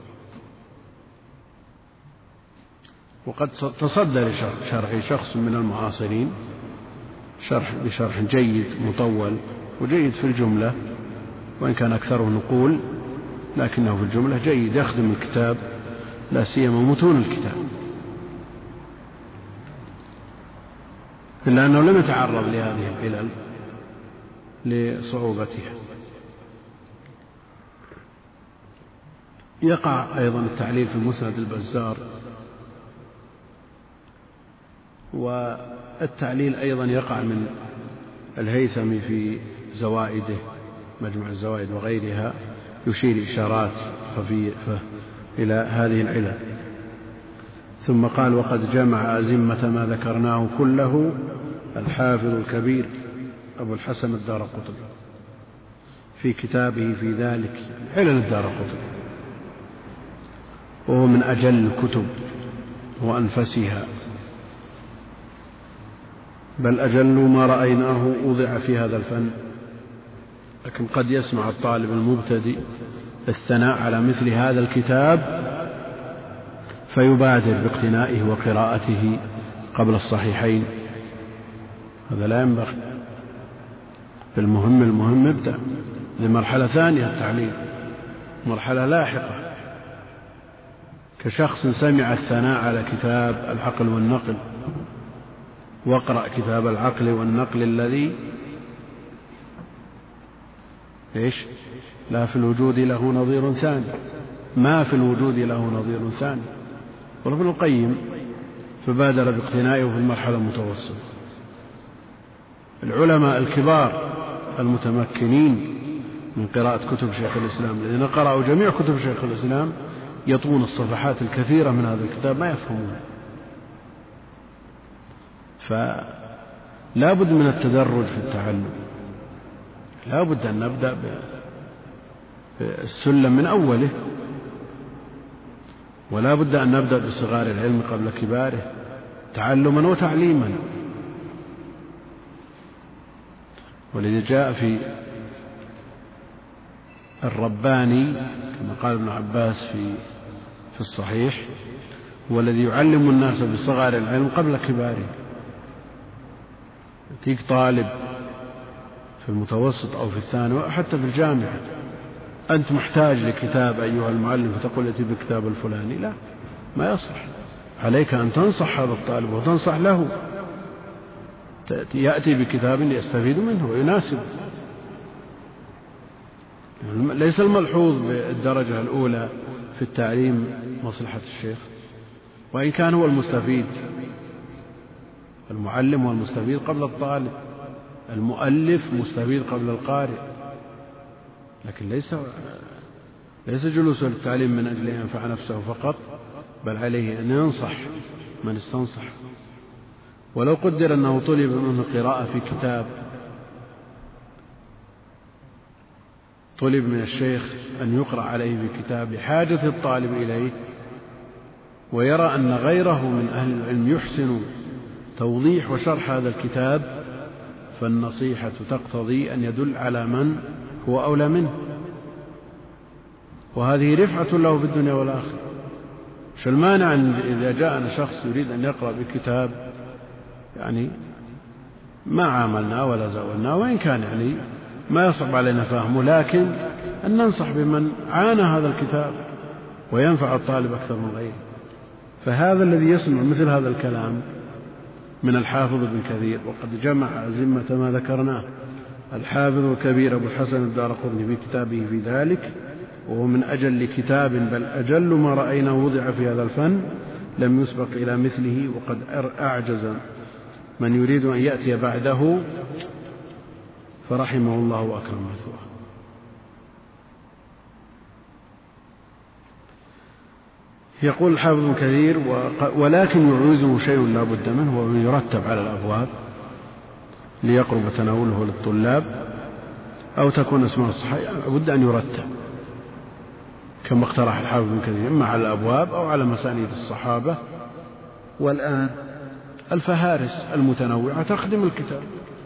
وقد تصدى لشرحه شخص من المعاصرين شرح بشرح جيد مطول وجيد في الجملة، وإن كان أكثره نقول، لكنه في الجملة جيد يخدم الكتاب، لا سيما متون الكتاب، إلا أنه لم يتعرض لهذه العلل لصعوبتها. يقع أيضا التعليل في مسند البزار، والتعليل أيضا يقع من الهيثمي في زوائده، مجمع الزوائد وغيرها، يشير إشارات خفيفة إلى هذه العلل. ثم قال: وقد جمع أزمة ما ذكرناه كله الحافظ الكبير أبو الحسن الدارقطني في كتابه في ذلك علل الدارقطني، وهو من أجل الكتب وأنفسها، بل أجل ما رأيناه وضع في هذا الفن. لكن قد يسمع الطالب المبتدئ الثناء على مثل هذا الكتاب فيبادر باقتنائه وقراءته قبل الصحيحين، هذا لا ينبغي. المهم المهم ابدأ لمرحلة ثانية التعليم، مرحلة لاحقة، كشخص سمع الثناء على كتاب العقل والنقل، واقرأ كتاب العقل والنقل الذي إيش؟ لا في الوجود له نظير ثاني، ما في الوجود له نظير ثاني. وابن القيم فبادر باقتنائه في المرحلة المتوسطة. العلماء الكبار المتمكنين من قراءة كتب شيخ الإسلام الذين قرأوا جميع كتب شيخ الإسلام يطون الصفحات الكثيرة من هذا الكتاب ما يفهمون، لا بد من التدرج في التعلم، لا بد أن نبدأ بالسلم من أوله، ولا بد أن نبدأ بصغار العلم قبل كباره تعلما وتعليما. ولذا جاء في الرباني كما قال ابن عباس في في الصحيح: هو الذي يعلم الناس بصغار العلم قبل كباره. يأتيك طالب في المتوسط أو في الثانوي أو حتى في الجامعة، أنت محتاج لكتاب أيها المعلم، فتقول ائت بالكتاب الفلاني، لا، ما يصح. عليك أن تنصح هذا الطالب وتنصح له، يأتي بكتاب يستفيد منه ويناسب. ليس الملحوظ بالدرجة الأولى في التعليم مصلحة الشيخ، وإن كان هو المستفيد. المعلم والمستفيد قبل الطالب، المؤلف مستفيد قبل القارئ، لكن ليس ليس جلوسه للتعليم من أجل أن ينفع نفسه فقط، بل عليه أن ينصح من استنصح. ولو قدر أنه طلب منه قراءة في كتاب، طلب من الشيخ أن يقرأ عليه في كتاب لحاجة الطالب إليه، ويرى أن غيره من أهل العلم يحسن توضيح وشرح هذا الكتاب، فالنصيحة تقتضي أن يدل على من هو أولى منه، وهذه رفعة له في الدنيا والآخرة. شو المانع أن إذا جاءنا شخص يريد أن يقرأ بكتاب يعني ما عاملنا ولا زاولنا، وإن كان يعني ما يصعب علينا فهمه، لكن أن ننصح بمن عانى هذا الكتاب وينفع الطالب أكثر من غيره. فهذا الذي يسمع مثل هذا الكلام من الحافظ ابن كثير، وقد جمع أزمة ما ذكرناه الحافظ الكبير أبو الحسن الدارقطني في كتابه في ذلك، وهو من أجل كتاب بل أجل ما رأيناه وضع في هذا الفن، لم يسبق إلى مثله، وقد أعجز من يريد أن يأتي بعده، فرحمه الله وأكرم مثواه. يقول الحافظ ابن كثير: ولكن يعوزه شيء لا بد منه، وهو يرتب على الأبواب ليقرب تناوله للطلاب، أو تكون اسمه الصحيح، بد أن يرتب كما اقترح الحافظ ابن كثير، إما على الأبواب أو على مسانيد الصحابة. والآن الفهارس المتنوعة تخدم الكتاب،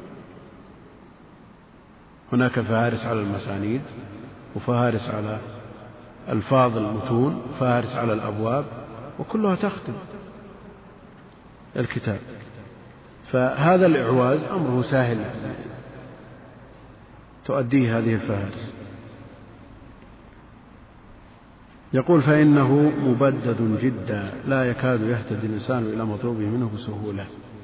هناك فهارس على المسانيد، وفهارس على ألفاظ المتون، وفهارس على الأبواب، وكلها تخدم الكتاب. فهذا الإعواز أمره سهل تؤديه هذه الفهارس. يقول: فإنه مبدد جدا، لا يكاد يهتدي الإنسان إلى مطلوبه منه بسهولة.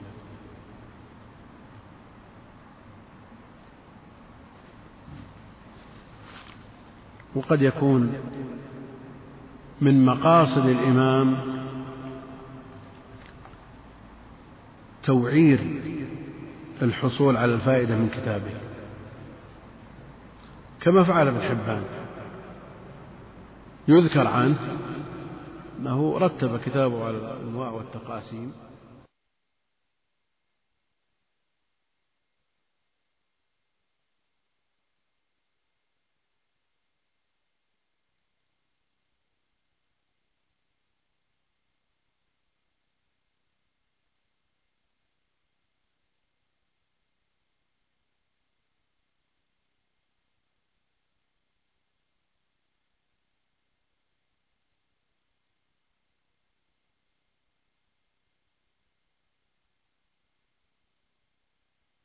وقد يكون من مقاصد الإمام توعير الحصول على الفائدة من كتابه، كما فعل ابن حبان. يذكر عنه أنه رتب كتابه على الأنواع والتقاسيم